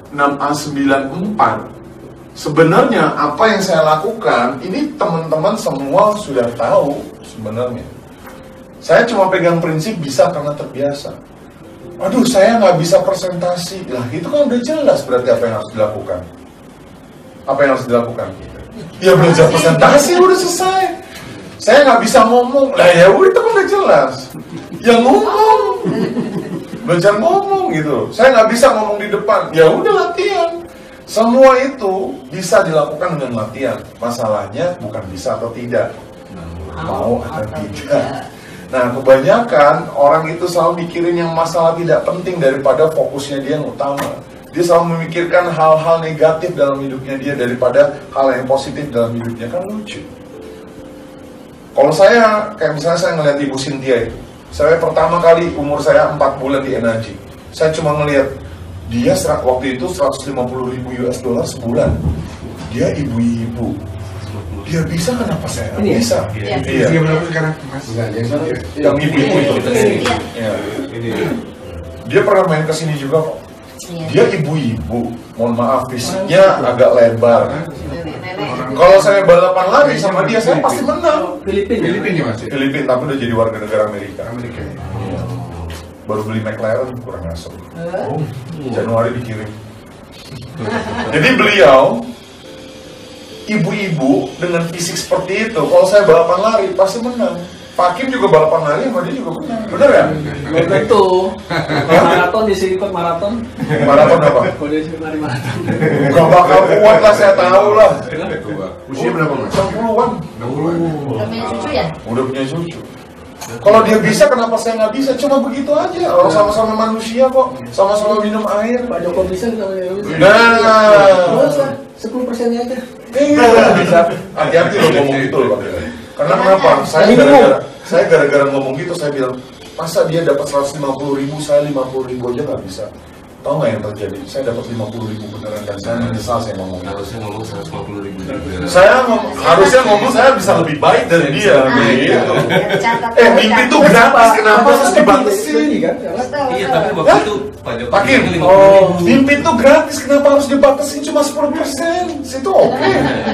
6A94, sebenarnya apa yang saya lakukan ini teman-teman semua sudah tahu sebenarnya. Saya cuma pegang prinsip bisa karena terbiasa. Aduh, saya nggak bisa presentasi. Lah itu kan udah jelas berarti apa yang harus dilakukan. Apa yang harus dilakukan? Ya belajar presentasi udah selesai. Saya nggak bisa ngomong. Lah ya udah itu kan udah jelas. Ya ngomong. Belajar ngomong gitu. Saya nggak bisa ngomong di depan. Ya udah latihan. Semua itu bisa dilakukan dengan latihan. Masalahnya bukan bisa atau tidak, mau atau tidak. Nah, kebanyakan orang itu selalu mikirin yang masalah tidak penting daripada fokusnya dia yang utama. Dia selalu memikirkan hal-hal negatif dalam hidupnya dia daripada hal yang positif dalam hidupnya. Kan lucu. Kalau saya, kayak misalnya saya ngeliat Ibu Cynthia itu, saya pertama kali umur saya 4 bulan di Energy. Saya cuma ngeliat dia waktu itu 150.000 US dollar sebulan. Dia ibu-ibu. Dia bisa, kenapa saya nggak bisa? Iya. Iya. Berapa sekarang, Mas? Yang ibu-ibu itu. Iya. Iya. Dia pernah main ke sini juga kok. Iya. Dia ibu-ibu. Mohon maaf, fisiknya agak lebar. Nenek-nenek. Kalau saya balapan lari sama dia, saya pasti menang. Filipina. Ya, Mas. Filipina, tapi udah jadi warga negara Amerika. Iya. Baru beli McLaren, kurang asem. Januari dikirim. Jadi beliau ibu-ibu dengan fisik seperti itu, kalau saya balapan lari pasti menang. Pak Kim juga balapan lari sama dia juga menang. Bener ya? Belum tentu. Maraton di sirkuit maraton. Maraton apa? Kalau dia sirkuit lari maraton. Gak bakal kuat lah, saya tahu lah. Usia berapa, Mas? 60-an. Udah punya cucu ya? Udah punya cucu. Kalau dia bisa, kenapa saya nggak bisa? Cuma begitu aja. Orang sama-sama manusia kok, sama-sama minum air. Pak Joko bisa kita bisa. Nah, 10%-nya aja. iya bisa. Hati-hati loh ngomong gitu loh. Karena kenapa? Saya gara-gara ngomong gitu, saya bilang, masa dia dapat 150.000, saya 50.000 aja nggak bisa. Tahu nggak yang terjadi? Saya dapat 50.000 beneran dan saya menyesal saya ngomong. Harusnya ngomong 150.000 juga. Harusnya ngomong saya bisa lebih baik dari dia. Gitu. Catat. Mimpi itu gratis, kenapa harus dibatasi? Iya, tapi waktu itu Pak Jokowi Pak Kim, bilang 50.000. mimpi itu gratis, kenapa harus dibatasi cuma 10%? Situ oke.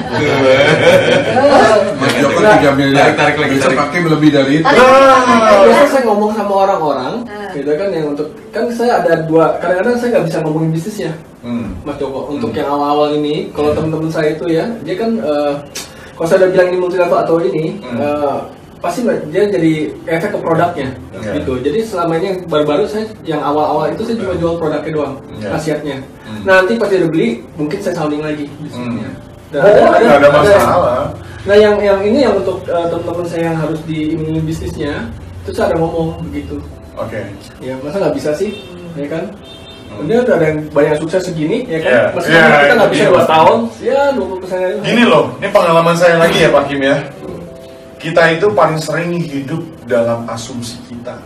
Mas Joko 3 miliar, Tarik lagi, bisa tarik. pakai lebih dari itu. Biasanya saya ngomong sama orang-orang, gitu kan yang untuk kan saya ada dua, kadang-kadang saya nggak bisa ngomongin bisnisnya, Mas Joko. Untuk yang awal-awal ini, kalau teman-teman saya itu ya, dia kan kalau saya udah bilang ini multi level atau ini, pasti dia jadi efek ke produknya, gitu. Jadi selama ini yang baru-baru saya, yang awal-awal itu saya cuma jual produknya doang, khasiatnya. Nanti pas dia udah beli, mungkin saya sounding lagi bisnisnya. Ada masalah. Nah yang ini yang untuk teman-teman saya yang harus diiming bisnisnya, itu saya ada ngomong begitu. Oke. Ya masa nggak bisa sih, ya kan? Dia udah ada yang banyak sukses segini, ya kan? Yeah. Masa kita nggak bisa 2 tahun, ya 20% aja. Gini loh, ini pengalaman saya lagi ya Pak Kim ya. Kita itu paling sering hidup dalam asumsi kita.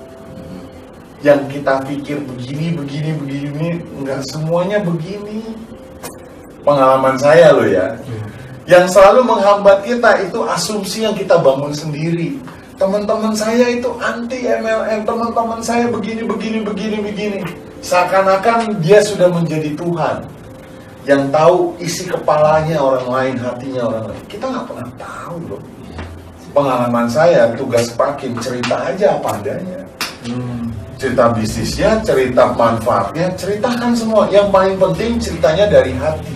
Yang kita pikir begini, nggak semuanya begini. Pengalaman saya loh ya. Yang selalu menghambat kita itu asumsi yang kita bangun sendiri. Teman-teman saya itu anti MLM, teman-teman saya begini. Seakan-akan dia sudah menjadi Tuhan yang tahu isi kepalanya orang lain, hatinya orang lain. Kita nggak pernah tahu loh. Pengalaman saya, tugas Pak Kim, cerita aja apa adanya. Cerita bisnisnya, cerita manfaatnya, ceritakan semua. Yang paling penting ceritanya dari hati.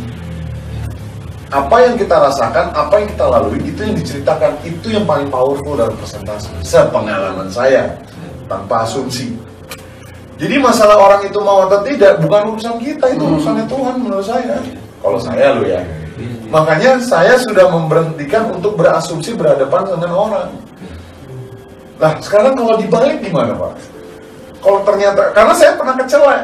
Apa yang kita rasakan, apa yang kita lalui, itu yang diceritakan. Itu yang paling powerful dalam presentasi. Sepengalaman saya, tanpa asumsi. Jadi masalah orang itu mau atau tidak bukan urusan kita, itu urusannya Tuhan menurut saya. Kalau saya loh ya. Makanya saya sudah memberhentikan untuk berasumsi berhadapan dengan orang. Nah sekarang kalau dibalik gimana Pak? Kalau ternyata, karena saya pernah kecelek.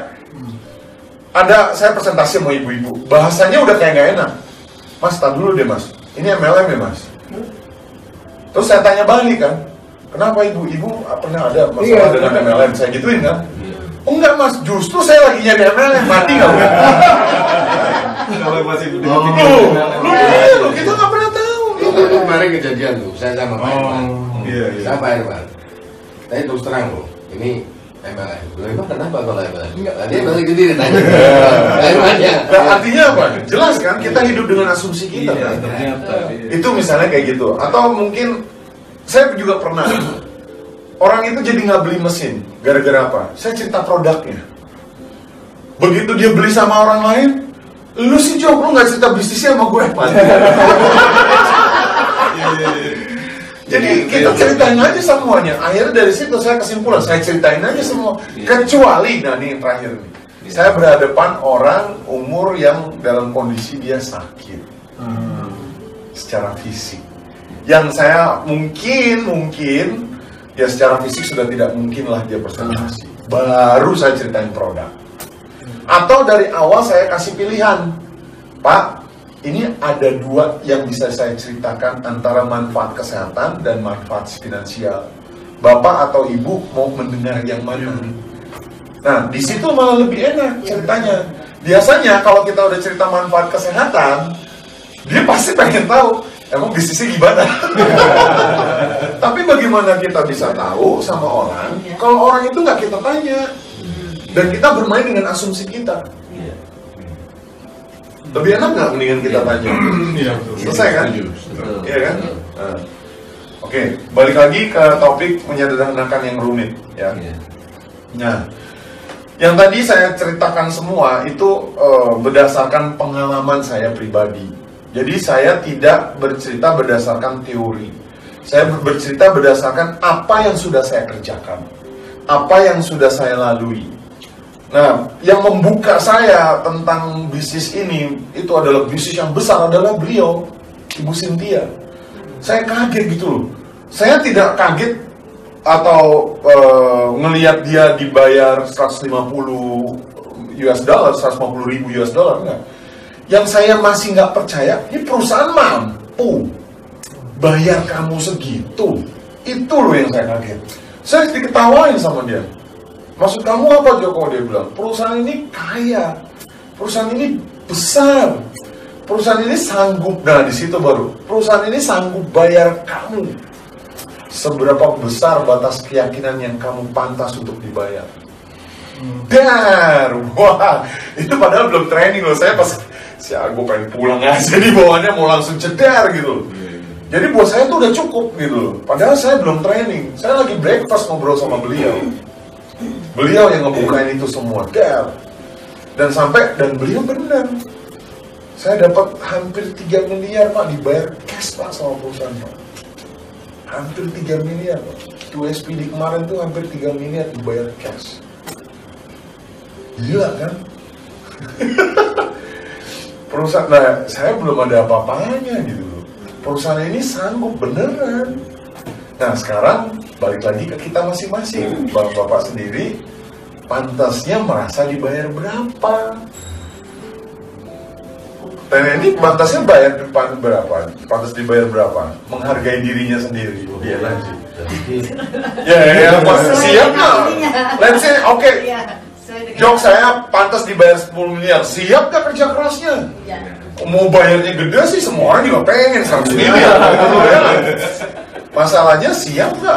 Saya presentasi sama ibu-ibu, bahasanya udah kayak gak enak. Mas, tak dulu deh mas, ini MLM ya mas? Terus saya tanya balik kan, kenapa ibu pernah ada masalah dengan MLM? Saya gituin kan? Oh enggak mas, justru saya lagi nyari MLM, mati gak udah? Kalau masih Lu kita gak pernah tahu. Itu kemarin kejadian tuh, saya sama Pak Irman. Saya Pak Irman, saya terus terang loh, ini MLM. Emang kenapa kalau MLM? Enggak, dia balik ke diri tanya. Artinya apa? Jelas kan, kita hidup dengan asumsi kita kan? Ternyata. Itu misalnya kayak gitu. Atau mungkin, saya juga pernah orang itu jadi nggak beli mesin, gara-gara apa? Saya cerita produknya. Begitu dia beli sama orang lain, lu sih Jok, lu nggak cerita bisnisnya sama gue, Pak. Jadi kita ceritain aja semuanya. Akhirnya dari situ saya kesimpulan, saya ceritain aja semua. Kecuali, nah ini yang terakhir nih. Saya berhadapan orang umur yang dalam kondisi dia sakit secara fisik. Yang saya mungkin ya secara fisik sudah tidak mungkin lah dia presentasi. Baru saya ceritain produk. Atau dari awal saya kasih pilihan, Pak, ini ada 2 yang bisa saya ceritakan antara manfaat kesehatan dan manfaat finansial. Bapak atau Ibu mau mendengar yang mana? Nah, di situ malah lebih enak ceritanya. Biasanya kalau kita udah cerita manfaat kesehatan, dia pasti pengen tahu emang bisnisnya gimana. Tapi bagaimana kita bisa tahu sama orang kalau orang itu nggak kita tanya dan kita bermain dengan asumsi kita? Lebih enak nggak mendingan kita tanya? Iya betul. Selesai kan? Iya kan? Oke, balik lagi ke topik menyederhanakan yang rumit ya. Nah, yang tadi saya ceritakan semua itu berdasarkan pengalaman saya pribadi. Jadi saya tidak bercerita berdasarkan teori. Saya bercerita berdasarkan apa yang sudah saya kerjakan, apa yang sudah saya lalui. Nah, yang membuka saya tentang bisnis ini itu adalah bisnis yang besar adalah beliau, Ibu Cynthia. Saya kaget gitu loh. Saya tidak kaget atau ngelihat dia dibayar 150 US dollar, 150 ribu US dollar, enggak. Yang saya masih nggak percaya, ini perusahaan mampu bayar kamu segitu. Itu loh yang saya kaget. Saya diketawain sama dia. Maksud kamu apa Joko? Dia bilang, perusahaan ini kaya, perusahaan ini besar, perusahaan ini sanggup. Nah di situ baru, perusahaan ini sanggup bayar kamu. Seberapa besar batas keyakinan yang kamu pantas untuk dibayar? Dar, wah, itu padahal belum training loh. Saya pas, gue pengen pulang aja nih, bawaannya mau langsung cedar gitu. Jadi buat saya tuh udah cukup gitu. Padahal saya belum training. Saya lagi breakfast ngobrol sama beliau. Beliau yang ngebukain itu semua, dar. Dan beliau benar. Saya dapat hampir 3 miliar Pak dibayar cash Pak sama perusahaan Pak. Hampir 3 miliar Pak. 2 SPD kemarin tuh hampir 3 miliar dibayar cash. Gila kan? Perusahaan, nah saya belum ada apa-apanya gitu loh. Perusahaan ini sanggup beneran. Nah sekarang balik lagi ke kita masing-masing. Bapak sendiri pantasnya merasa dibayar berapa? Dan ini pantasnya bayar berapa? Pantas dibayar berapa? Menghargai dirinya sendiri. Iya lagi. Ya, pas siap nggak? Let's say, oke. Jok saya pantas dibayar 10 miliar. Siap nggak kerja kerasnya? Mau bayarnya gede sih, semua orang juga pengen 100 miliar. Masalahnya siap nggak?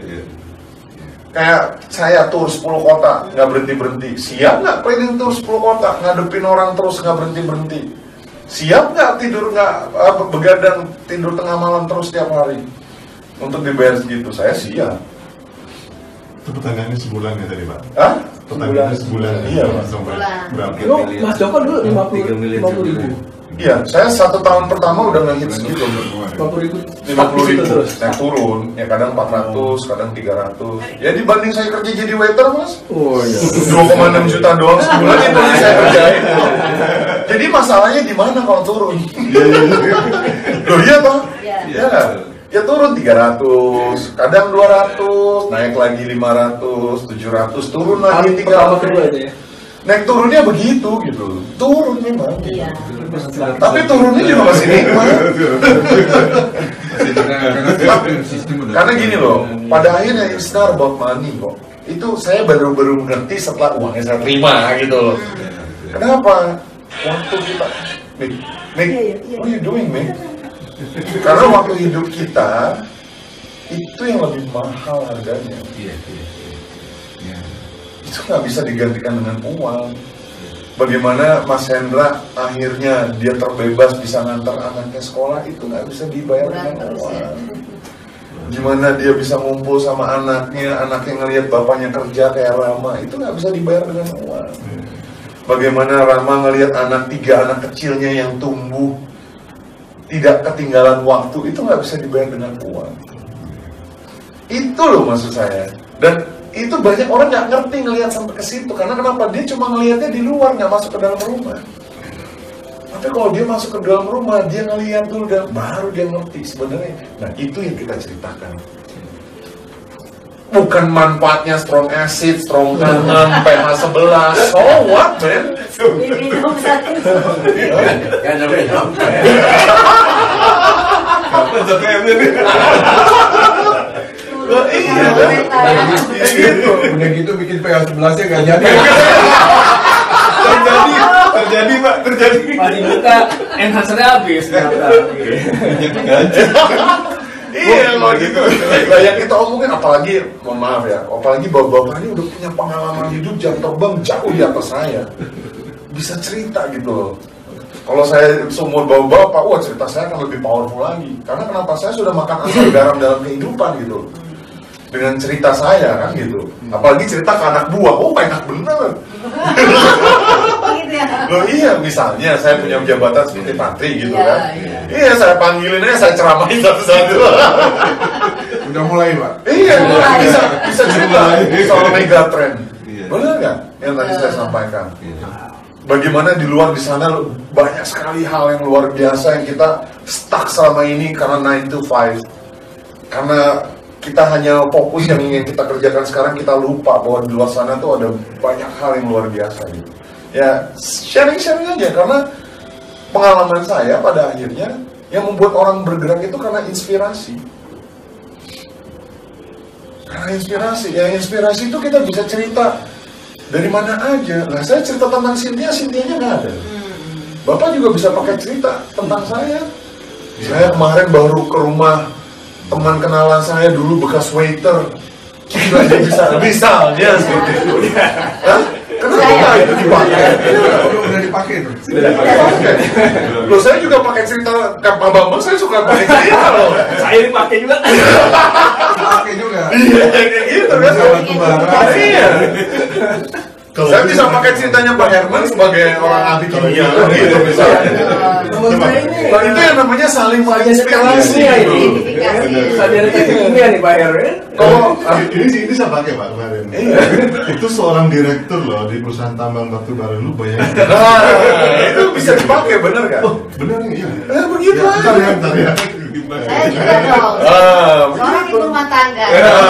Kayak saya tur 10 kota, nggak berhenti-berhenti. Siap nggak planning tur 10 kota, ngadepin orang terus nggak berhenti-berhenti? Siap nggak tidur begadang tidur tengah malam terus setiap hari untuk dibayar segitu? Saya siap. Itu pertanyaannya sebulan ya tadi Pak? Hah? Pertanyaannya sebulan. Iya Pak. Sampai berapa? Lu Mas Joko dulu 50 ribu. Iya, saya 1 tahun pertama udah ngehit segitu. 50 ribu. 50 ribu. Saya turun, ya kadang 400, kadang 300. Ya dibanding saya kerja jadi waiter Mas. Oh iya. 2,6 juta doang sebulan itu yang saya kerjain. Jadi masalahnya di mana kalau turun? Loh iya toh? Iya. Ya turun 300, kadang 200, naik lagi 500, 700, turun lagi 300. Naik turunnya begitu gitu, turun memang. Iya. Tapi turunnya juga masih nikmat. Karena gini loh, pada akhirnya it's not about money kok. Itu saya baru mengerti setelah uangnya saya terima gitu loh. Kenapa? Waktu kita, Mick, what are you doing, Mick? Karena waktu hidup kita itu yang lebih mahal harganya. Itu nggak bisa digantikan dengan uang. Bagaimana Mas Hendra akhirnya dia terbebas bisa ngantar anaknya sekolah, itu nggak bisa dibayar dengan uang. Gimana dia bisa ngumpul sama anaknya ngelihat bapaknya kerja kayak Rama, itu nggak bisa dibayar dengan uang. Bagaimana Rama ngelihat 3 anak kecilnya yang tumbuh tidak ketinggalan waktu, itu nggak bisa dibayar dengan uang. Itu loh maksud saya. Dan itu banyak orang nggak ngerti ngelihat sampai ke situ. Karena kenapa? Dia cuma ngelihatnya di luar, nggak masuk ke dalam rumah. Tapi kalau dia masuk ke dalam rumah, dia ngelihat dulu dan baru dia ngerti sebenarnya. Nah itu yang kita ceritakan. Bukan manfaatnya strong acid, strong tangan, pH 11. So what, man? Minum satu. Kan minum. Kapan sampai ini? Iya, gitu. Udah gitu bikin pH 11-nya nggak jadi. Terjadi Pak, terjadi. Paling kita enhancer-nya habis ternyata. Iya kalau gitu. Yang kita omongin apalagi, mohon maaf ya, apalagi bapak-bapak ini udah punya pengalaman hidup jam terbang jauh di atas saya. Bisa cerita gitu loh. Kalau saya seumur bapak-bapak, wah cerita saya akan lebih powerful lagi. Karena kenapa? Saya sudah makan asam garam dalam kehidupan gitu. Dengan cerita saya kan gitu. Apalagi cerita ke anak buah, oh enak bener. Gitu ya. Loh iya, misalnya saya punya jabatan seperti Patri gitu kan. Iya, saya panggilin aja, saya ceramahin satu-satu. Udah mulai Pak. Iya, bisa cerita soal megatrend. Benar nggak yang tadi saya sampaikan? Bagaimana di luar di sana banyak sekali hal yang luar biasa yang kita stuck selama ini karena 9 to 5. Karena kita hanya fokus yang ingin kita kerjakan sekarang, kita lupa bahwa di luar sana tuh ada banyak hal yang luar biasa gitu. Ya sharing aja, karena pengalaman saya pada akhirnya yang membuat orang bergerak itu karena inspirasi. Karena inspirasi itu kita bisa cerita dari mana aja. Nah saya cerita tentang Cynthia-nya nggak ada. Bapak juga bisa pakai cerita tentang saya. Saya kemarin baru ke rumah teman kenalan saya dulu bekas waiter. Gila dia misalnya seperti itu. Kenapa itu dipakai? Udah dipakai tuh. Loh saya juga pakai cerita Pak Bambang, saya suka pakai cerita loh. Saya dipakai juga. Dipakai juga. Iya kayak gitu kan. Sama tumbara. Iya. Saya bisa pakai ceritanya Pak Herman sebagai orang ahli kimia gitu misalnya. Teman saya ini Nah, itu yang namanya saling menginspirasi gitu. sarjana teknik kimia nih Pak Her. Kalau ini saya pakai Pak kemarin. Itu seorang direktur loh di perusahaan tambang batu bara, lu bayangin. itu bisa dipakai bener kan? Oh, bener nih, iya. Begitu Ya, aja. bentar ya. Saya juga dong. Seorang ibu rumah tangga.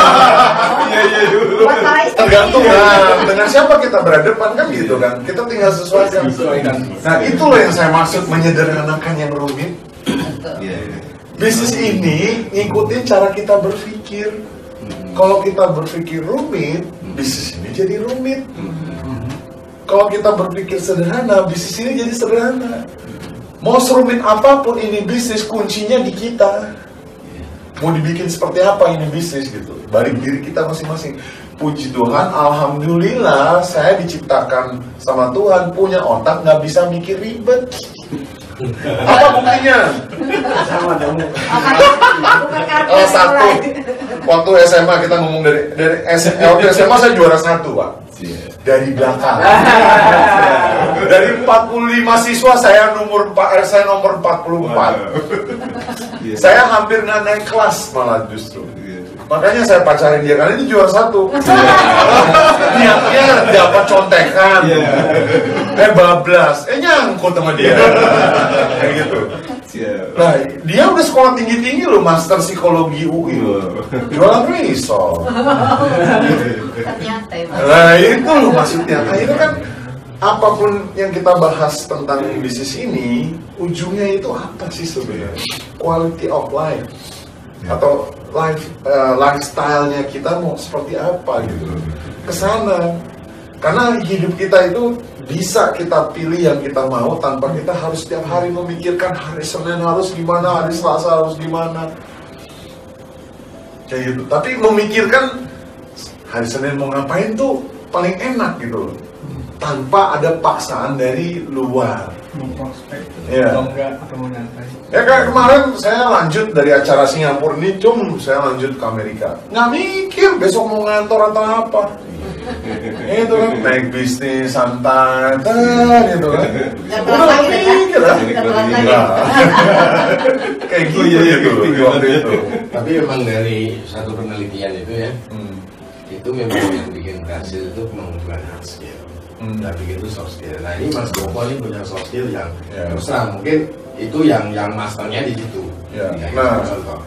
Buat para istri. Tergantung dengan siapa kita berhadapan kan gitu kan. Kita tinggal sesuaikan. Nah itu loh yang saya maksud menyederhanakan yang rumit. Bisnis ini ngikutin cara kita berpikir. Kalau kita berpikir rumit, bisnis ini jadi rumit. Kalau kita berpikir sederhana, bisnis ini jadi sederhana. Mau serumit apapun ini bisnis, kuncinya di kita. Mau dibikin seperti apa ini bisnis gitu, balik diri kita masing-masing. Puji Tuhan, alhamdulillah saya diciptakan sama Tuhan punya otak nggak bisa mikir ribet. Apa buktinya? Sama dong. Satu, waktu SMA kita ngomong dari SMA saya juara 1 Pak. Dari belakang. Dari 45 siswa saya nomor 44. Saya hampir nggak naik kelas malah justru. Makanya saya pacarin dia karena ini juara 1. Niatnya dapat contekan. Bablas, nyangkut sama dia. Kayak gitu. Nah, dia udah sekolah tinggi-tinggi loh, master psikologi UI loh. Jualan risol. Ternyata ya, Mas. Nah, itu loh maksudnya. Nah, itu kan apapun yang kita bahas tentang bisnis ini, ujungnya itu apa sih sebenarnya? Quality of life atau lifestyle-nya kita mau seperti apa gitu. Kesana. Karena hidup kita itu bisa kita pilih yang kita mau tanpa kita harus setiap hari memikirkan hari Senin harus gimana, hari Selasa harus gimana. Kayak gitu. Tapi memikirkan hari Senin mau ngapain tuh paling enak gitu loh. Tanpa ada paksaan dari luar. Mau prospek. Iya. Atau enggak, atau mau nyantai. Ya kayak kemarin saya lanjut dari acara Singapura ini, saya lanjut ke Amerika. Nggak mikir besok mau ngantor atau apa. Itu kan naik bisnis santai, gitu kan. Nggak telat lagi deh kan? Mikir lah. Nggak telat lagi. Nggak. Kayak gitu gitu waktu itu. Tapi memang dari satu penelitian itu ya, itu memang yang bikin berhasil itu memang bukan hard skill. Yang bikin itu soft skill. Nah ini Mas Joko ini punya soft skill yang terus terang mungkin itu yang masternya di situ. Ya. Ya, Nah. itu contoh.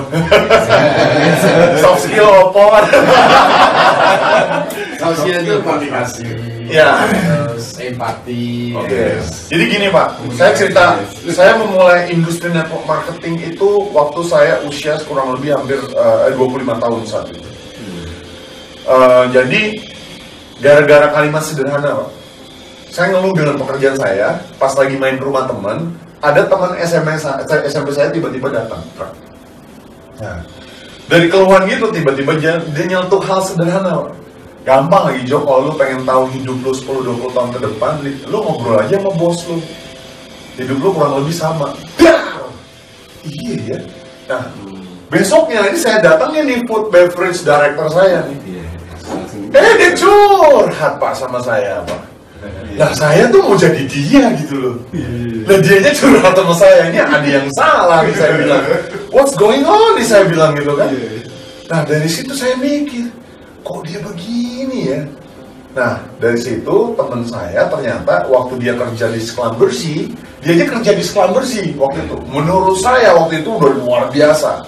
Soft skill apa? Soft skill itu komunikasi, Ya. terus empati. Oke. Jadi gini Pak, saya cerita, saya memulai industri network marketing itu waktu saya usia kurang lebih hampir 25 tahun saat itu. Jadi gara-gara kalimat sederhana Pak, saya ngeluh dengan pekerjaan saya, pas lagi main ke rumah teman, ada teman SMP saya tiba-tiba datang. Nah, dari keluhan gitu tiba-tiba dia nyentuh hal sederhana Pak. Gampang lagi Jo, kalau lu pengen tahu hidup lu 10-20 tahun ke depan, lu ngobrol aja sama bos lu. Hidup lu kurang lebih sama. Iya ya. Nah, besoknya ini saya datangnya nih food beverage director saya nih. Dia curhat Pak sama saya Pak. Nah saya tuh mau jadi dia gitu loh. Nah dianya curhat sama saya, ini ada yang salah nih saya bilang. What's going on nih saya bilang gitu kan. Nah dari situ saya mikir, kok dia begini ya. Nah dari situ teman saya ternyata waktu dia kerja di sekolah bersih, dia aja kerja di sekolah bersih waktu itu. Menurut saya waktu itu udah luar biasa.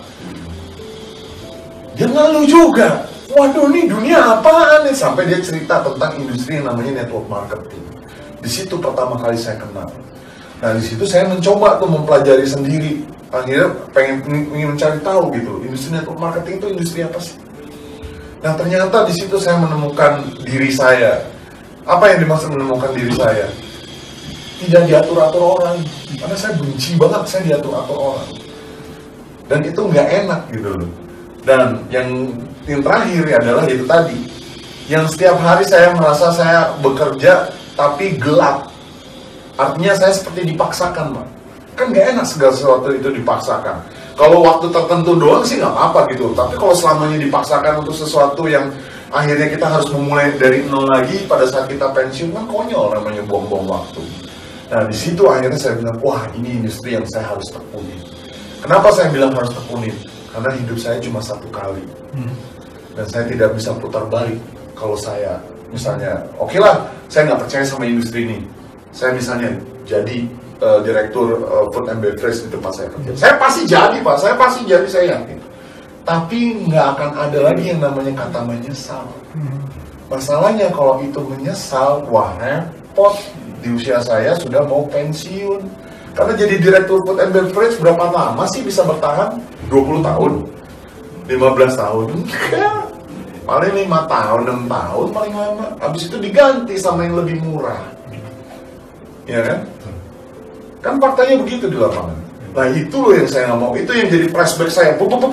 Dia ngeluh juga. Waduh nih dunia apaan nih, sampai dia cerita tentang industri yang namanya network marketing. Di situ pertama kali saya kenal. Nah di situ saya mencoba tuh mempelajari sendiri. Akhirnya ingin mencari tahu gitu, industri network marketing itu industri apa sih? Nah ternyata di situ saya menemukan diri saya. Apa yang dimaksud menemukan diri saya? Tidak diatur-atur orang. Karena saya benci banget saya diatur-atur orang. Dan itu nggak enak gitu loh. Dan yang terakhir adalah itu tadi, yang setiap hari saya merasa saya bekerja tapi gelap. Artinya saya seperti dipaksakan Pak. Kan gak enak segala sesuatu itu dipaksakan. Kalau waktu tertentu doang sih nggak apa-apa gitu. Tapi kalau selamanya dipaksakan untuk sesuatu yang akhirnya kita harus memulai dari nol lagi pada saat kita pensiun, kan konyol namanya, buang-buang waktu. Nah di situ akhirnya saya bilang, wah ini industri yang saya harus tekuni. Kenapa saya bilang harus tekuni? Karena hidup saya cuma satu kali, dan saya tidak bisa putar balik. Kalau saya misalnya, oke lah, saya nggak percaya sama industri ini, saya misalnya jadi direktur food and beverage di tempat saya kerja, saya pasti jadi Pak, saya pasti jadi, saya yakin. Tapi nggak akan ada lagi yang namanya kata menyesal. Masalahnya kalau itu menyesal, wah repot. Di usia saya sudah mau pensiun. Karena jadi direktur food and beverage berapa lama sih bisa bertahan? 20 tahun? 15 tahun? Enggak. Paling 5 tahun, 6 tahun paling lama. Habis itu diganti sama yang lebih murah. Ya kan? Kan faktanya begitu di lapangan. Nah itu loh yang saya nggak mau. Itu yang jadi flashback saya.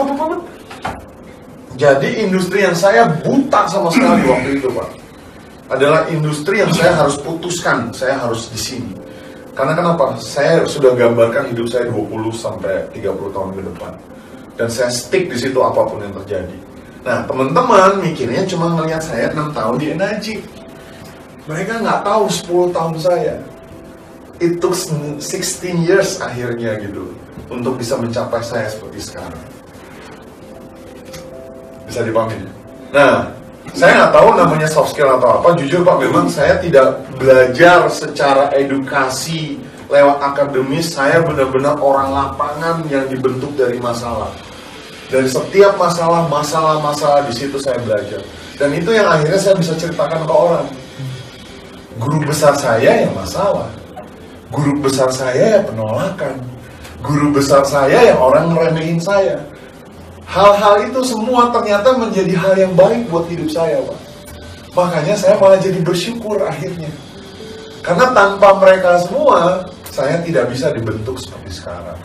Jadi industri yang saya buta sama sekali waktu itu Pak, adalah industri yang saya harus putuskan. Saya harus di sini. Karena kenapa? Saya sudah gambarkan hidup saya 20 sampai 30 tahun ke depan. Dan saya stick di situ apapun yang terjadi. Nah teman-teman mikirnya cuma ngelihat saya 6 tahun di Enaji. Mereka nggak tahu 10 tahun saya. It took 16 years akhirnya gitu untuk bisa mencapai saya seperti sekarang. Bisa dipahami? Nah, saya nggak tahu namanya soft skill atau apa. Jujur Pak, memang saya tidak belajar secara edukasi lewat akademis. Saya benar-benar orang lapangan yang dibentuk dari masalah. Dari setiap masalah di situ saya belajar. Dan itu yang akhirnya saya bisa ceritakan ke orang. Guru besar saya yang masalah. Guru besar saya yang penolakan. Guru besar saya yang orang ngeremehin saya. Hal-hal itu semua ternyata menjadi hal yang baik buat hidup saya Pak. Makanya saya malah jadi bersyukur akhirnya. Karena tanpa mereka semua, saya tidak bisa dibentuk seperti sekarang.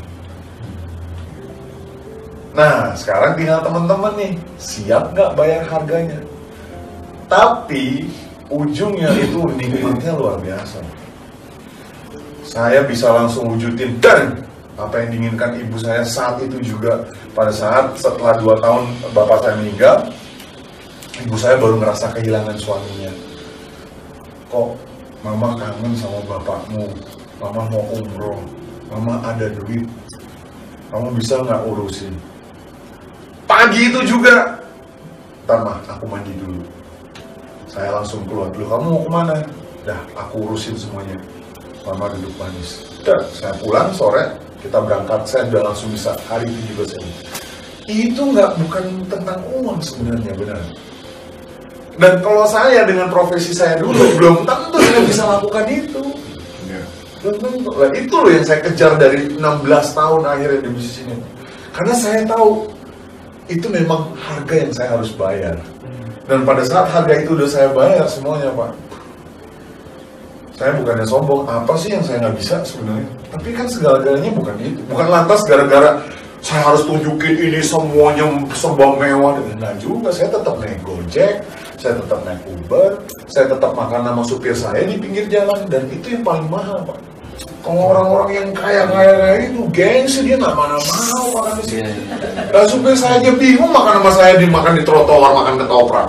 Nah, sekarang tinggal teman-teman nih, siap nggak bayar harganya? Tapi, ujungnya itu nikmatnya luar biasa. Saya bisa langsung wujudin, dan apa yang diinginkan ibu saya saat itu juga. Pada saat setelah 2 tahun bapak saya meninggal, ibu saya baru ngerasa kehilangan suaminya. Kok mama kangen sama bapakmu, mama mau umroh, mama ada duit, kamu bisa nggak urusin? Pagi itu juga, ntar mah aku mandi dulu. Saya langsung keluar dulu, kamu mau kemana? Dah, aku urusin semuanya. Mama duduk manis. Dan saya pulang sore, kita berangkat, saya udah langsung bisa, hari itu juga saya. Itu bukan tentang uang sebenarnya, benar. Dan kalau saya dengan profesi saya dulu, belum tentu saya bisa lakukan itu. Belum tentu. Nah, itu loh yang saya kejar dari 16 tahun akhirnya di bisnis ini. Karena saya tahu, itu memang harga yang saya harus bayar. Dan pada saat harga itu udah saya bayar semuanya Pak, saya bukannya sombong, apa sih yang saya nggak bisa sebenarnya? Tapi kan segala-galanya bukan itu. Bukan lantas gara-gara saya harus tunjukin ini semuanya serba mewah. Enggak juga, saya tetap naik Gojek, saya tetap naik Uber, saya tetap makan sama supir saya di pinggir jalan. Dan itu yang paling mahal Pak. Kalau orang-orang yang kaya-kaya itu gengsi, dia nggak mana mau makan di sini. Dan supir saya aja bingung makan sama saya dimakan di trotoar, makan ketoprak.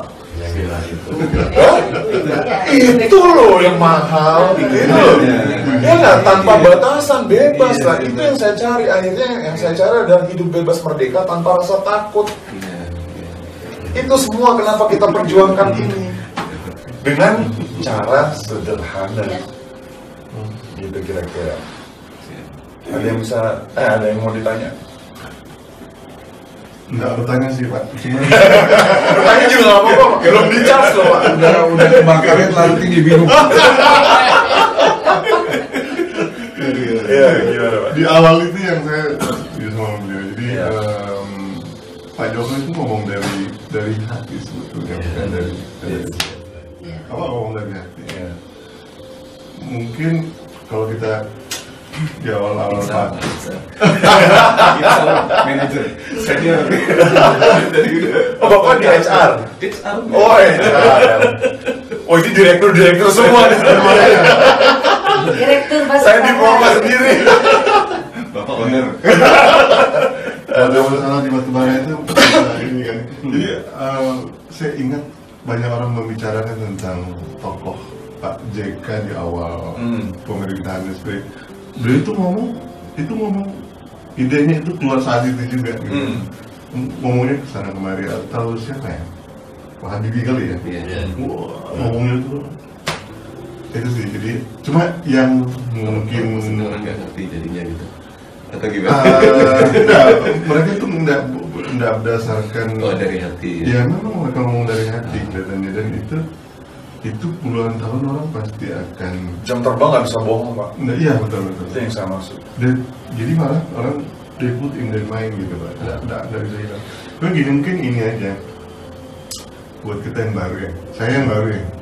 Itu loh yang mahal, gitu loh. Ya nggak, tanpa batasan, bebas lah. Itu yang saya cari. Akhirnya yang saya cari adalah hidup bebas merdeka tanpa rasa takut. Itu semua kenapa kita perjuangkan ini dengan cara sederhana. Gitu kira-kira. Ada yang bisa, ada yang mau ditanya? Enggak bertanya sih Pak. Bertanya juga nggak apa-apa, belum dicas loh Pak. Udah kebakaran nanti dibingung. Iya, gimana Pak? Di awal itu yang saya sama beliau. Jadi Pak Jokowi itu ngomong dari hati sebetulnya, bukan dari apa ngomong dari hati. Mungkin kalau kita di awal-awal Pak manajer senior Bapak di HR? Oh HR. Oh ini direktur semua nih. Direktur bahasa Saya diploma sendiri. Bapak owner. Ada masalah di batubara itu ini kan. Jadi saya ingat banyak tentang tokoh Pak JK di awal pemerintahan SBY. Beliau itu ngomong idenya itu keluar saat itu juga gitu. Ngomongnya kesana kemari. Tahu siapa ya? Pak Habibie kali ya? Wah, ngomongnya itu sih. Jadi cuma yang mungkin orang nggak ngerti jadinya gitu atau gimana? Mereka tuh enggak berdasarkan dari hati. Ya memang mereka ngomong dari hati kelihatannya, dan itu puluhan tahun orang pasti akan. Jam terbang nggak bisa bohong, Pak. Nah, iya betul. Itu yang saya maksud. Dan jadi malah orang they put in their mind gitu, Pak. Nggak bisa hilang. Cuma gini, mungkin ini aja buat kita yang baru ya. Saya yang baru ya.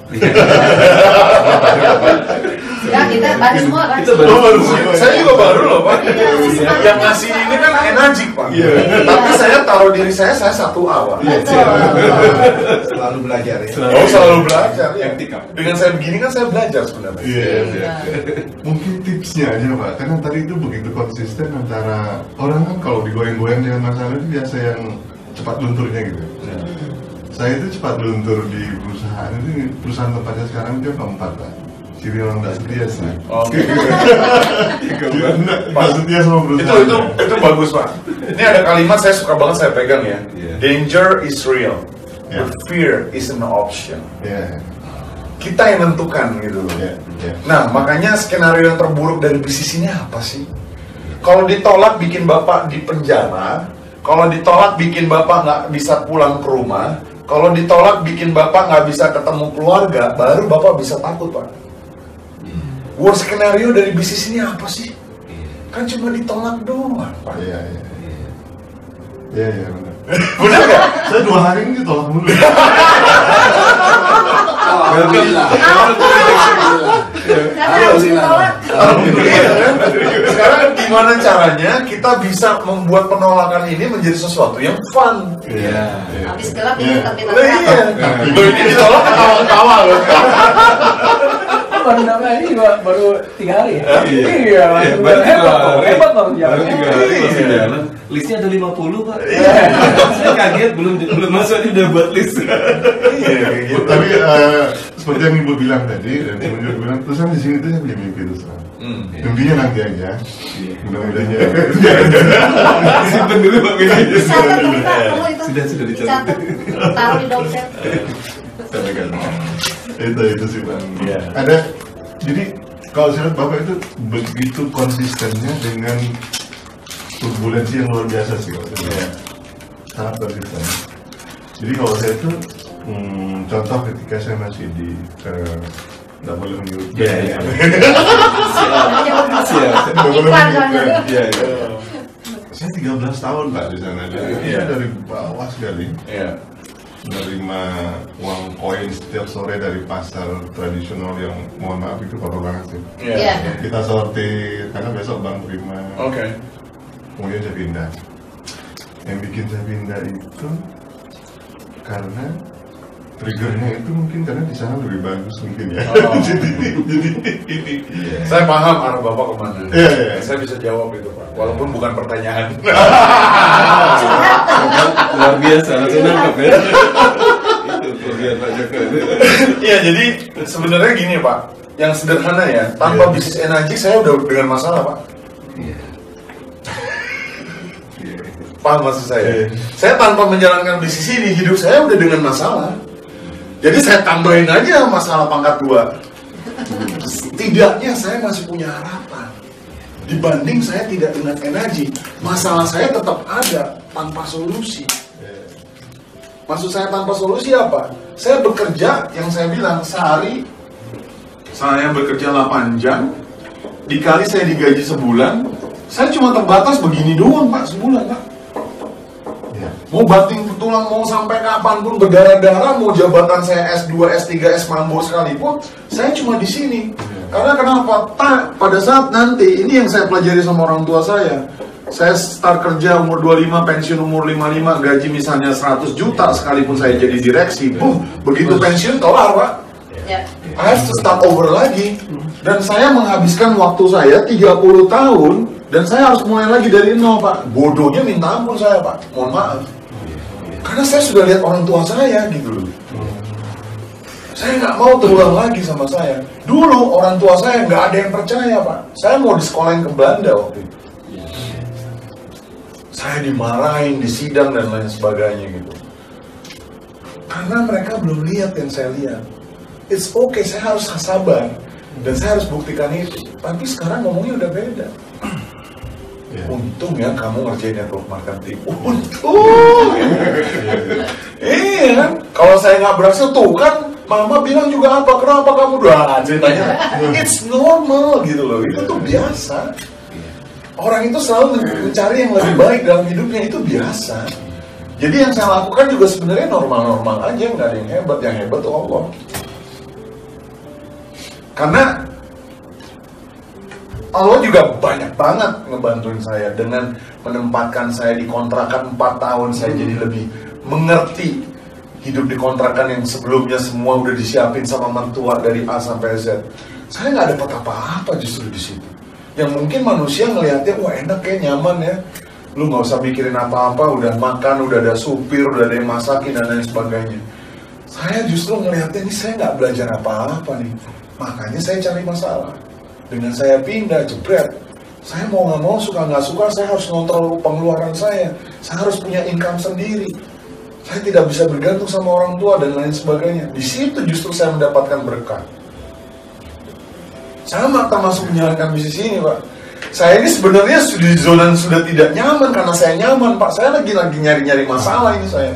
Ya kita baru semua kan. Itu baru semua. Saya juga baru loh, Pak. Yang ngasih ini kan energi, Pak. Tapi saya taruh diri saya 1A, Pak. Selalu belajar ya. Selalu belajar. Ya. Dengan saya begini kan saya belajar sebenarnya. Iya. Mungkin tipsnya aja, Pak. Karena tadi itu begitu konsisten antara orang kan kalau digoyang-goyang dengan masalah itu biasa yang cepat lunturnya gitu. Saya itu cepat luntur di perusahaan ini. Perusahaan tempatnya sekarang dia keempat, Pak. Ciri orang nggak setia sih. Oke. Nggak setia sama perusahaan. Itu bagus, Pak. Ini ada kalimat saya suka banget, saya pegang ya. Danger is real, but fear is an option. Kita yang menentukan gitu loh. Nah, makanya skenario yang terburuk dari bisnis ini apa sih? Kalau ditolak bikin Bapak di penjara, kalau ditolak bikin Bapak nggak bisa pulang ke rumah, kalau ditolak bikin Bapak nggak bisa ketemu keluarga, baru Bapak bisa takut, Pak. Worst skenario dari bisnis ini apa sih? Kan cuma ditolak doang, Pak. Iya, benar. Benar nggak? Saya 2 hari ini ditolak mulu. Alhamdulillah. Sekarang gimana caranya kita bisa membuat penolakan ini menjadi sesuatu yang fun? Habis gelap ini tapi Ini ditolak ketawa-ketawa loh. Baru nama ini baru 3 hari ya? Iya, hebat loh baru 3 hari masih jalan. Listnya ada 50, Pak. Saya kaget belum masuk aja udah buat list. Tapi seperti yang Ibu bilang tadi, dan Ibu juga bilang, terus di sini tuh saya punya mimpi terus terang. Mimpinya nanti aja. Mudah-mudahan ya. Simpen dulu, Pak. Sudah dicatat. Taruh di dompet. Itu sih, Pak. Ada, jadi kalau saya lihat Bapak itu begitu konsistennya dengan turbulensi yang luar biasa sih kalau saya lihat. Sangat konsisten. Jadi kalau saya itu contoh ketika saya masih di nggak boleh menyebut. Saya 13 tahun, Pak, di sana. Dari bawah sekali. Menerima uang koin setiap sore dari pasar tradisional yang mohon maaf itu kotor banget sih. Kita sortir karena besok bang terima. Kemudian saya pindah. Yang bikin saya pindah itu karena triggernya itu mungkin karena di sana lebih bagus mungkin ya. Jadi saya paham arah Bapak kemana. Saya bisa jawab itu, Pak. Walaupun bukan pertanyaan. Luar biasa, langsung nangkep ya. Itu kelebihan Pak Joko. Iya, jadi sebenarnya gini, Pak. Yang sederhana ya, tanpa bisnis energi saya udah dengan masalah, Pak. Paham maksud saya? Saya tanpa menjalankan bisnis ini, hidup saya udah dengan masalah. Jadi saya tambahin aja masalah pangkat 2. Setidaknya saya masih punya harapan. Dibanding saya tidak dengan energi, masalah saya tetap ada tanpa solusi. Maksud saya tanpa solusi apa? Saya bekerja, yang saya bilang sehari saya bekerja 8 jam, dikali saya digaji sebulan, saya cuma terbatas begini doang, Pak, sebulan, Pak. Mau banting tulang, mau sampai kapanpun berdarah-darah, mau jabatan saya S2, S3, S Mambo sekalipun, saya cuma di sini. Karena kenapa? Pada saat nanti, ini yang saya pelajari sama orang tua saya start kerja umur 25, pensiun umur 55, gaji misalnya 100 juta sekalipun saya jadi direksi. Begitu pensiun, kelar, Pak. I have to start over lagi. Dan saya menghabiskan waktu saya 30 tahun, dan saya harus mulai lagi dari nol, Pak. Bodohnya minta ampun saya, Pak. Mohon maaf. Karena saya sudah lihat orang tua saya gitu loh. Saya nggak mau terulang lagi sama saya. Dulu orang tua saya nggak ada yang percaya, Pak. Saya mau disekolahin ke Belanda waktu itu. Saya dimarahin, disidang dan lain sebagainya gitu. Karena mereka belum lihat yang saya lihat. It's okay, saya harus sabar. Dan saya harus buktikan itu. Tapi sekarang ngomongnya udah beda. Untung ya kamu ngerjain network marketing. Untung. Iya kan? Kalau saya nggak berhasil tuh kan, mama bilang juga apa? Kenapa kamu doa? Ceritanya, it's normal gitu loh. Itu tuh biasa. Orang itu selalu mencari yang lebih baik dalam hidupnya, itu biasa. Jadi yang saya lakukan juga sebenarnya normal-normal aja, nggak ada yang hebat. Yang hebat tuh Allah. Karena Allah juga banyak banget ngebantuin saya dengan menempatkan saya di kontrakan 4 tahun. Saya jadi lebih mengerti hidup di kontrakan yang sebelumnya semua udah disiapin sama mertua dari A sampai Z. Saya nggak dapat apa-apa justru di situ. Yang mungkin manusia ngelihatnya, wah enak ya, nyaman ya. Lu nggak usah mikirin apa-apa, udah makan, udah ada supir, udah ada yang masakin dan lain sebagainya. Saya justru ngelihatnya ini saya nggak belajar apa-apa nih. Makanya saya cari masalah. Dengan saya pindah, jebret. Saya mau nggak mau, suka nggak suka, saya harus ngontrol pengeluaran saya. Saya harus punya income sendiri. Saya tidak bisa bergantung sama orang tua dan lain sebagainya. Di situ justru saya mendapatkan berkah. Sama termasuk menjalankan bisnis ini, Pak. Saya ini sebenarnya di zona sudah tidak nyaman karena saya nyaman, Pak. Saya lagi nyari-nyari masalah ini saya.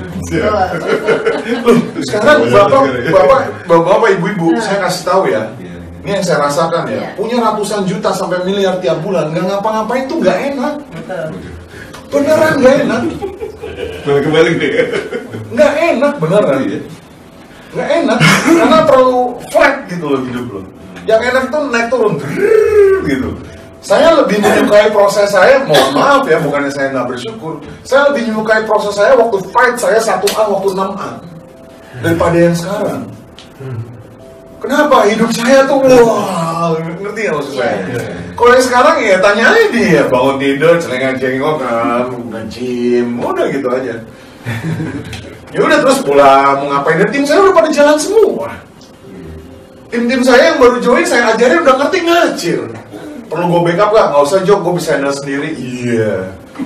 Loh, sekarang bapak, ibu-ibu, saya kasih tahu ya. Ini yang saya rasakan ya. Punya ratusan juta sampai miliar tiap bulan, nggak ngapa-ngapain tuh nggak enak. Beneran nggak enak. Kembali deh. Nggak enak beneran. Nggak enak karena terlalu flat gitu loh hidup lo. Yang enak tuh naik turun gitu. Saya lebih menyukai proses saya, mohon maaf ya, bukannya saya nggak bersyukur. Saya lebih menyukai proses saya waktu fight saya 1A waktu 6A daripada yang sekarang. Kenapa? Hidup saya tuh, wah, ngerti nggak maksud saya? Kalau yang sekarang ya tanya aja dia, bangun tidur, celengak-cengokan, nge-gym, udah gitu aja. Ya udah terus pulang, mau ngapain? Dan tim saya udah pada jalan semua. Tim-tim saya yang baru join, saya ajarin udah ngerti ngacir. Perlu gue backup gak? Nggak usah Jok, gue bisa handle sendiri. Iya.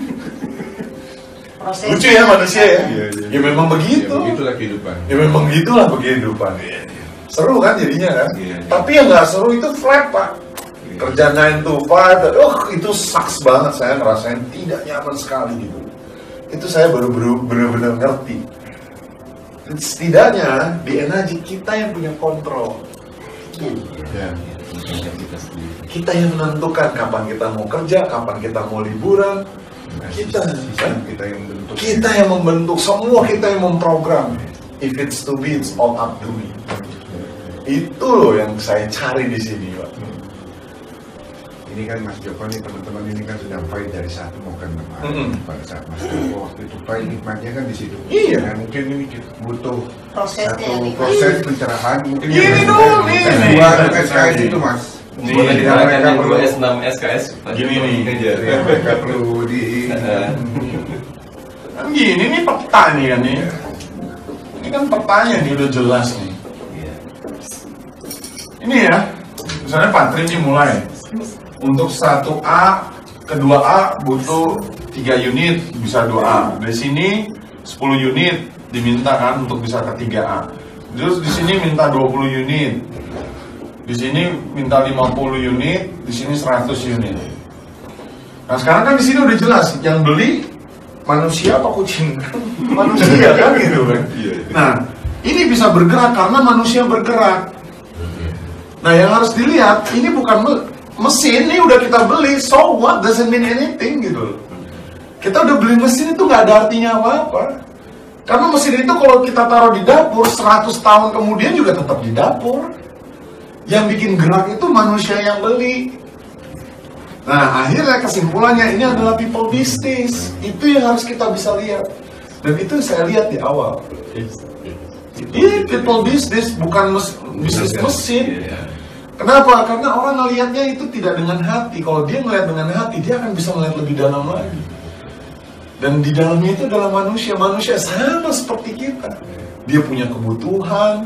Lucu ya manusia ya? Ya memang begitu. Ya begitulah kehidupan. Ya memang begitulah kehidupan. Seru kan jadinya kan? Tapi yang nggak seru itu flat, Pak. Kerja 9 to 5, itu sucks banget. Saya ngerasain tidak nyaman sekali gitu. Itu saya baru benar-benar ngerti. Setidaknya di energi kita yang punya kontrol. Kita yang menentukan kapan kita mau kerja, kapan kita mau liburan. Kita yang membentuk, semua kita yang memprogram. If it's to be, it's all up to me. Itu loh yang saya cari di sini, Pak. Ini kan Mas Joko nih, teman-teman ini kan sedang fight dari satu mau ke 6. Pada saat Mas Joko waktu itu fight, nikmatnya kan di situ. Iya. Nah, mungkin ini butuh Prosesnya satu proses pencerahan. Mungkin Ini dong, ini. dua SKS itu, Mas. Boleh ditanyakan yang 2S, 6 SKS. Gini nih. Yang mereka perlu di. Kan gini nih peta nih kan nih. Ini kan petanya nih udah jelas nih. Ini ya, misalnya Patri nih mulai. Untuk 1A ke 2A butuh 3 unit, bisa 2A. Dari sini 10 unit diminta kan untuk bisa ke 3A. Terus di sini minta 20 unit. Di sini minta 50 unit, di sini 100 unit. Nah sekarang kan di sini udah jelas yang beli manusia apa kucing? Manusia kan gitu kan. Nah, ini bisa bergerak karena manusia bergerak. Nah, yang harus dilihat ini bukan mesin, ini udah kita beli, so what, doesn't mean anything gitu. Kita udah beli mesin itu nggak ada artinya apa-apa. Karena mesin itu kalau kita taruh di dapur 100 tahun kemudian juga tetap di dapur. Yang bikin gerak itu manusia yang beli. Nah, akhirnya kesimpulannya ini adalah people business. Itu yang harus kita bisa lihat. Dan itu saya lihat di awal. Ini people business, bukan bisnis mesin. Kenapa? Karena orang ngelihatnya itu tidak dengan hati. Kalau dia ngelihat dengan hati, dia akan bisa melihat lebih dalam lagi. Dan di dalamnya itu adalah manusia. Manusia sama seperti kita. Dia punya kebutuhan,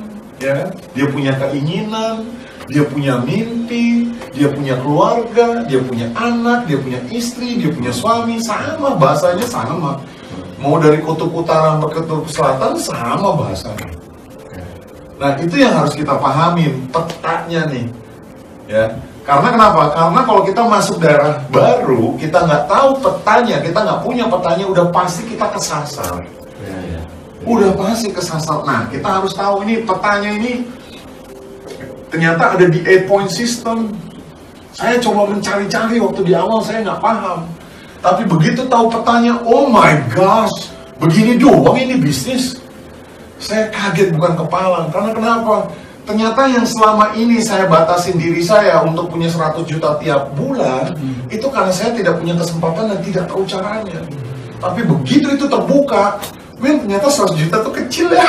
ya, dia punya keinginan, dia punya mimpi, dia punya keluarga, dia punya anak, dia punya istri, dia punya suami, sama bahasanya sama. Mau dari kutub utara ke kutub selatan sama bahasanya. Nah itu yang harus kita pahamin petanya nih, ya. Karena kenapa? Karena kalau kita masuk daerah baru, kita nggak tahu petanya, kita nggak punya petanya, udah pasti kita kesasar. Udah pasti kesasar. Nah, kita harus tahu ini petanya ini ternyata ada di 8-point system. Saya coba mencari-cari waktu di awal, saya nggak paham. Tapi begitu tahu petanya, oh my gosh, begini doang ini bisnis. Saya kaget bukan kepala. Karena kenapa? Ternyata yang selama ini saya batasin diri saya untuk punya 100 juta tiap bulan, itu karena saya tidak punya kesempatan dan tidak tahu caranya. Tapi begitu itu terbuka, ternyata 100 juta tuh kecil ya.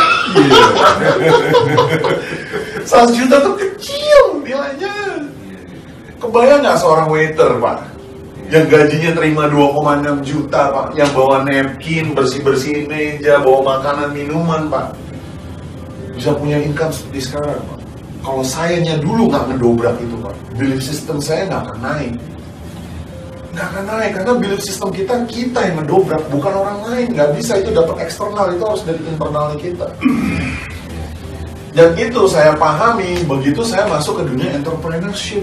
100 juta tuh kecil nilainya. Kebayang nggak seorang waiter, Pak? Yang gajinya terima 2,6 juta, Pak. Yang bawa napkin, bersih-bersihin meja, bawa makanan, minuman, Pak. Bisa punya income seperti sekarang, Pak. Kalau sayanya dulu nggak ngedobrak itu, Pak, belief system saya nggak akan naik. Nggak akan naik, karena belief system kita yang ngedobrak, bukan orang lain. Nggak bisa, itu dapat eksternal, itu harus dari internalnya kita. Dan itu saya pahami, begitu saya masuk ke dunia entrepreneurship.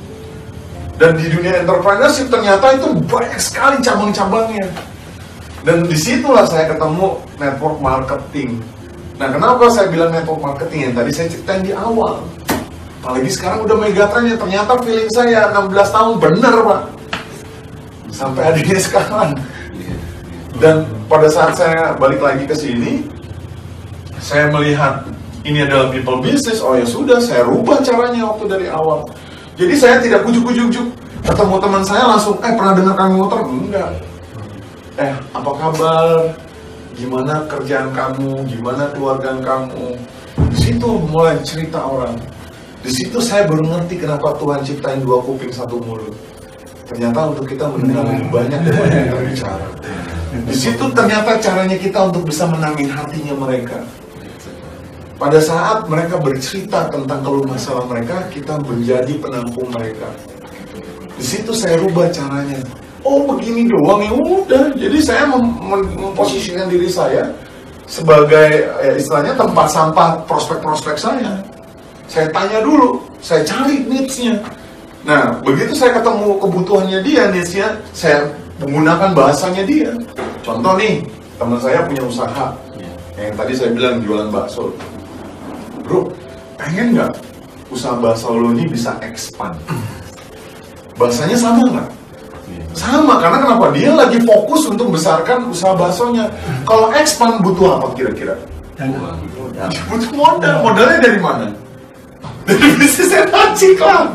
Dan di dunia entrepreneurship ternyata itu banyak sekali cabang-cabangnya. Dan disitulah saya ketemu network marketing. Nah, kenapa saya bilang network marketing yang tadi saya ceritain di awal? Apalagi sekarang udah megatrendnya, ternyata feeling saya 16 tahun bener, Pak. Sampai adanya sekarang. Dan pada saat saya balik lagi ke sini, saya melihat ini adalah people business. Oh ya sudah, saya rubah caranya waktu dari awal. Jadi saya tidak ujuk-ujuk ketemu teman saya langsung, pernah dengar Kang Muter? Enggak. Apa kabar? Gimana kerjaan kamu, gimana keluarga kamu. Di situ mulai cerita orang. Di situ saya baru ngerti kenapa Tuhan ciptain 2 kuping 1 mulut. Ternyata untuk kita mendengar lebih banyak daripada kita bicara. Di situ ternyata caranya kita untuk bisa menangin hatinya mereka. Pada saat mereka bercerita tentang keluh masalah mereka, kita menjadi penampung mereka. Di situ saya rubah caranya. Oh begini doang, ya udah. Jadi saya memposisikan diri saya sebagai istilahnya tempat sampah prospek-prospek saya. Saya tanya dulu, saya cari needs-nya. Nah begitu saya ketemu kebutuhannya dia, needs-nya, saya menggunakan bahasanya dia. Contoh nih, teman saya punya usaha yang tadi saya bilang jualan bakso. Bro, pengen nggak usaha bakso lo ini bisa expand? Bahasanya sama nggak? Sama, karena kenapa? Dia lagi fokus untuk membesarkan usaha baksonya. Kalau expand butuh apa kira-kira? Butuh modal. Modalnya dari mana? Dari bisnis yang tajik lah.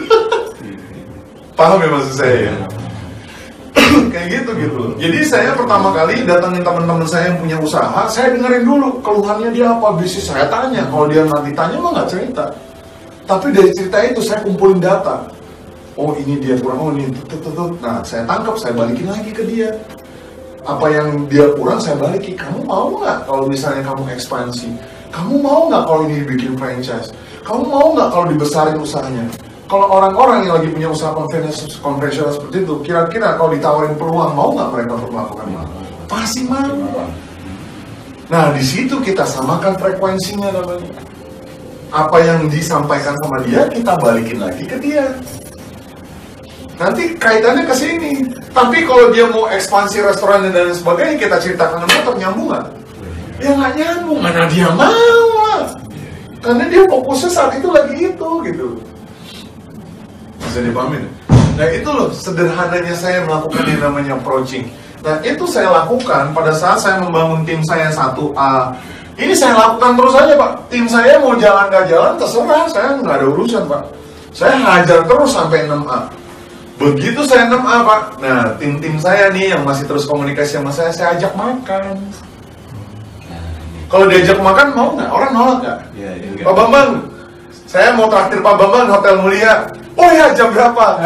Paham ya maksud saya ya? Kayak gitu. Jadi saya pertama kali datangin teman-teman saya yang punya usaha, saya dengerin dulu keluhannya dia apa, bisnis saya tanya. Kalau dia nggak ditanya mah nggak cerita. Tapi dari cerita itu saya kumpulin data. Oh ini dia kurang, oh ini tutut. Nah saya tangkap, saya balikin lagi ke dia. Apa yang dia kurang saya balikin. Kamu mau nggak kalau misalnya kamu ekspansi? Kamu mau nggak kalau ini dibikin franchise? Kamu mau nggak kalau dibesarin usahanya? Kalau orang-orang yang lagi punya usaha konvensional seperti itu, kira-kira kalau ditawarin peluang, mau nggak mereka untuk melakukan itu? Pasti mau. Nah di situ kita samakan frekuensinya namanya. Apa yang disampaikan sama dia, kita balikin lagi ke dia. Nanti kaitannya ke sini. Tapi kalau dia mau ekspansi restoran dan lain sebagainya, kita ceritakan motor, nyambung nggak? Ya nggak nyambung. Mana dia mau lah. Karena dia fokusnya saat itu lagi itu gitu. Bisa dipahamin? Nah itu loh sederhananya saya melakukan yang namanya approaching. Nah itu saya lakukan pada saat saya membangun tim saya 1A. Ini saya lakukan terus aja Pak. Tim saya mau jalan nggak jalan terserah, saya nggak ada urusan Pak. Saya hajar terus sampai 6A. Begitu saya 6A Pak, nah tim-tim saya nih yang masih terus komunikasi sama saya ajak makan. Kalau diajak makan mau nggak? Orang nolak nggak? Ya, Pak Bambang, saya mau traktir Pak Bambang Hotel Mulia. Oh ya, jam berapa?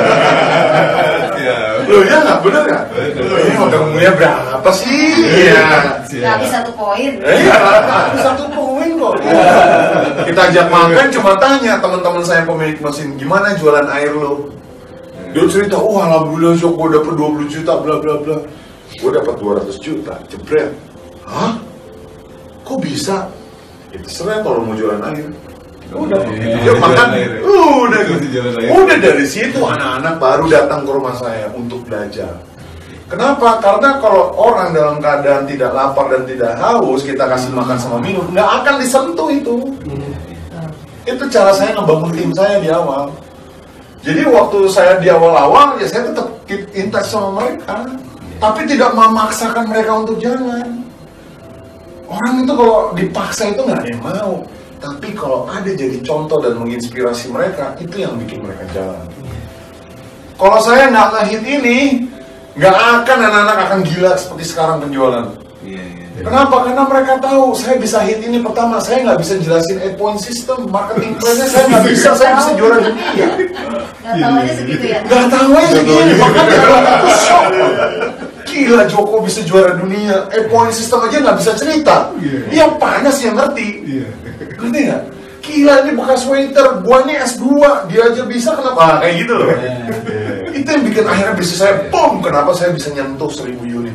Loh ya nggak, bener nggak? Ini Hotel Mulia berapa sih? Iya. Nggak habis 1 poin. Iya, habis 1 poin kok. Kita ajak makan cuma tanya teman-teman saya pemilik mesin, gimana jualan air lo? Dia cerita, alhamdulillah Jok, gue dapet 20 juta, bla bla bla. Gue dapet 200 juta, jebret. Hah? Kok bisa? Itu serah kalau mau jualan air. Udah, dia makan, udah dari situ anak-anak baru datang ke rumah saya untuk belajar. Kenapa? Karena kalau orang dalam keadaan tidak lapar dan tidak haus, kita kasih makan sama minum, nggak akan disentuh itu. Itu cara saya ngebangun tim saya di awal. Jadi waktu saya di awal-awal, ya saya tetap keep in touch sama mereka, tapi tidak memaksakan mereka untuk jalan. Orang itu kalau dipaksa itu nggak ada yang mau. Tapi kalau ada jadi contoh dan menginspirasi mereka, itu yang bikin mereka jalan. Kalau saya nggak nge-hit ini, nggak akan anak-anak akan gila seperti sekarang penjualan. Kenapa? Karena mereka tahu saya bisa hit ini. Pertama, saya nggak bisa jelasin 8 point system, marketing plan-nya saya nggak bisa. Saya bisa juara dunia. Nggak tahu aja segitu ya? Nggak tahu aja segini. Makanya aku shock. Gila, Joko bisa juara dunia. 8 point system aja nggak bisa cerita. Iya, panas yang ngerti. Ngerti nggak? Gila, ini bekas waiter, gua ini S2, dia aja bisa, kenapa? Kayak gitu loh. Itu yang bikin akhirnya bisnis saya, boom, kenapa saya bisa nyentuh 1000 unit.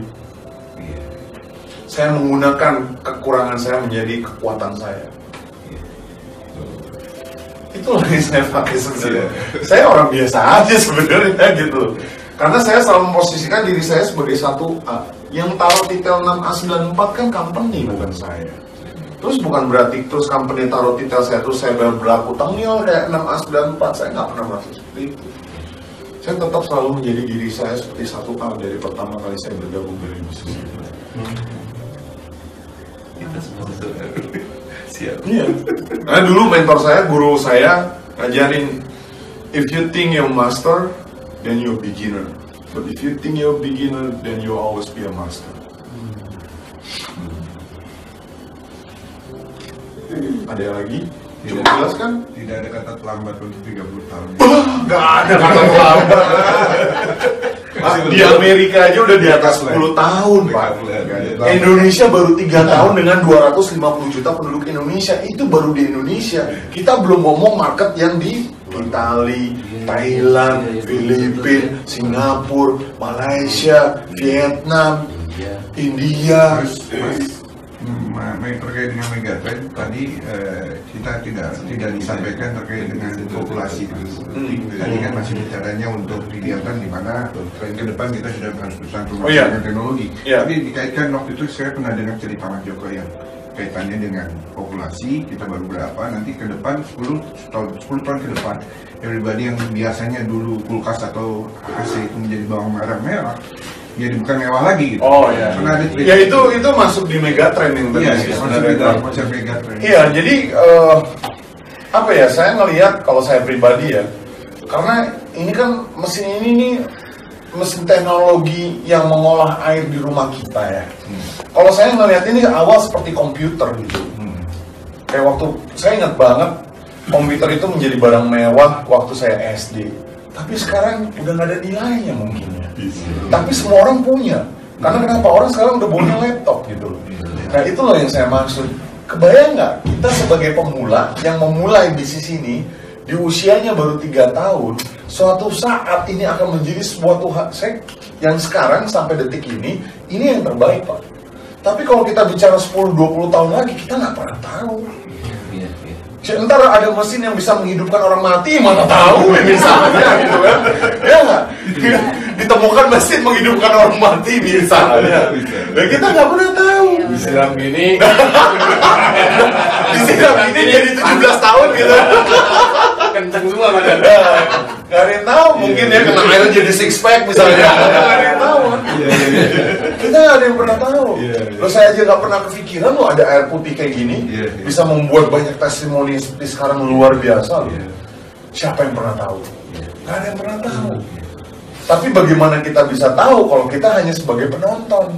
Saya menggunakan kekurangan saya menjadi kekuatan saya. Itulah yang saya pakai sebenarnya. Saya orang biasa aja sebenarnya gitu. Karena saya selalu memposisikan diri saya sebagai 1A. Yang taruh titel 6A94 kan company, bukan saya. Terus bukan berarti terus company taruh titel saya terus saya berlaku tengil kayak 6A94. Saya nggak pernah merasa seperti itu. Saya tetap selalu menjadi diri saya seperti 1A dari pertama kali saya bergabung dari bisnis ini. Siap. Iya. Nah dulu mentor saya, guru saya ngajarin, if you think you're master, then you're beginner. But if you think you're beginner, then you'll always be a master. Ada yang lagi? Coba jelaskan. Tidak ada kata terlambat untuk 30 tahun. Gak ada kata terlambat. Di Amerika aja udah di atas 10 tahun, Pak. Indonesia baru 3 tahun dengan 250 juta penduduk Indonesia. Itu baru di Indonesia. Kita belum ngomong market yang di Itali, Thailand, Filipina, Singapura, Malaysia, Vietnam, India. Terkait dengan megatrend tadi kita tidak disampaikan terkait dengan populasi. Tadi kan masih bicaranya untuk dilihatkan di mana tren ke depan kita sudah 100% dengan teknologi. Tapi dikaitkan waktu itu saya pernah dengar cerita Mas Joko yang kaitannya dengan populasi kita baru berapa nanti ke depan 10 tahun ke depan everybody yang biasanya dulu kulkas atau AC itu menjadi bawang merah jadi bukan mewah lagi gitu. Oh iya. Ya itu masuk di megatrend yang tadi. Iya, masuk di dalam konsep megatrend. Iya, jadi apa ya? Saya ngelihat kalau saya pribadi ya, karena ini kan mesin ini nih mesin teknologi yang mengolah air di rumah kita ya. Kalau saya ngelihat ini awal seperti komputer gitu. Kayak waktu saya ingat banget komputer itu menjadi barang mewah waktu saya SD. Tapi sekarang udah nggak ada nilainya mungkin ya. Tapi semua orang punya. Karena kenapa? Orang sekarang udah punya laptop gitu. Nah itu loh yang saya maksud. Kebayang nggak kita sebagai pemula yang memulai bisnis ini di usianya baru 3 tahun, suatu saat ini akan menjadi suatu yang sekarang sampai detik ini yang terbaik, Pak. Tapi kalau kita bicara 10-20 tahun lagi, kita nggak pernah tahu. Ntar ada mesin yang bisa menghidupkan orang mati, mana tahu misalnya gitu kan. Ya nggak? Ditemukan mesin menghidupkan orang mati misalnya. Dan kita nggak pernah tahu. Disiram gini. Disiram gini jadi 17 tahun gitu. Kenceng semua badan. Gak ada yang tahu, mungkin ya kena air jadi 6 pack misalnya. Gak ada yang tahu. Kita gak ada yang pernah tahu. Terus saya aja gak pernah kepikiran loh ada air putih kayak gini bisa membuat banyak testimoni seperti sekarang luar biasa loh. Siapa yang pernah tahu? Gak ada yang pernah tahu. Tapi bagaimana kita bisa tahu kalau kita hanya sebagai penonton?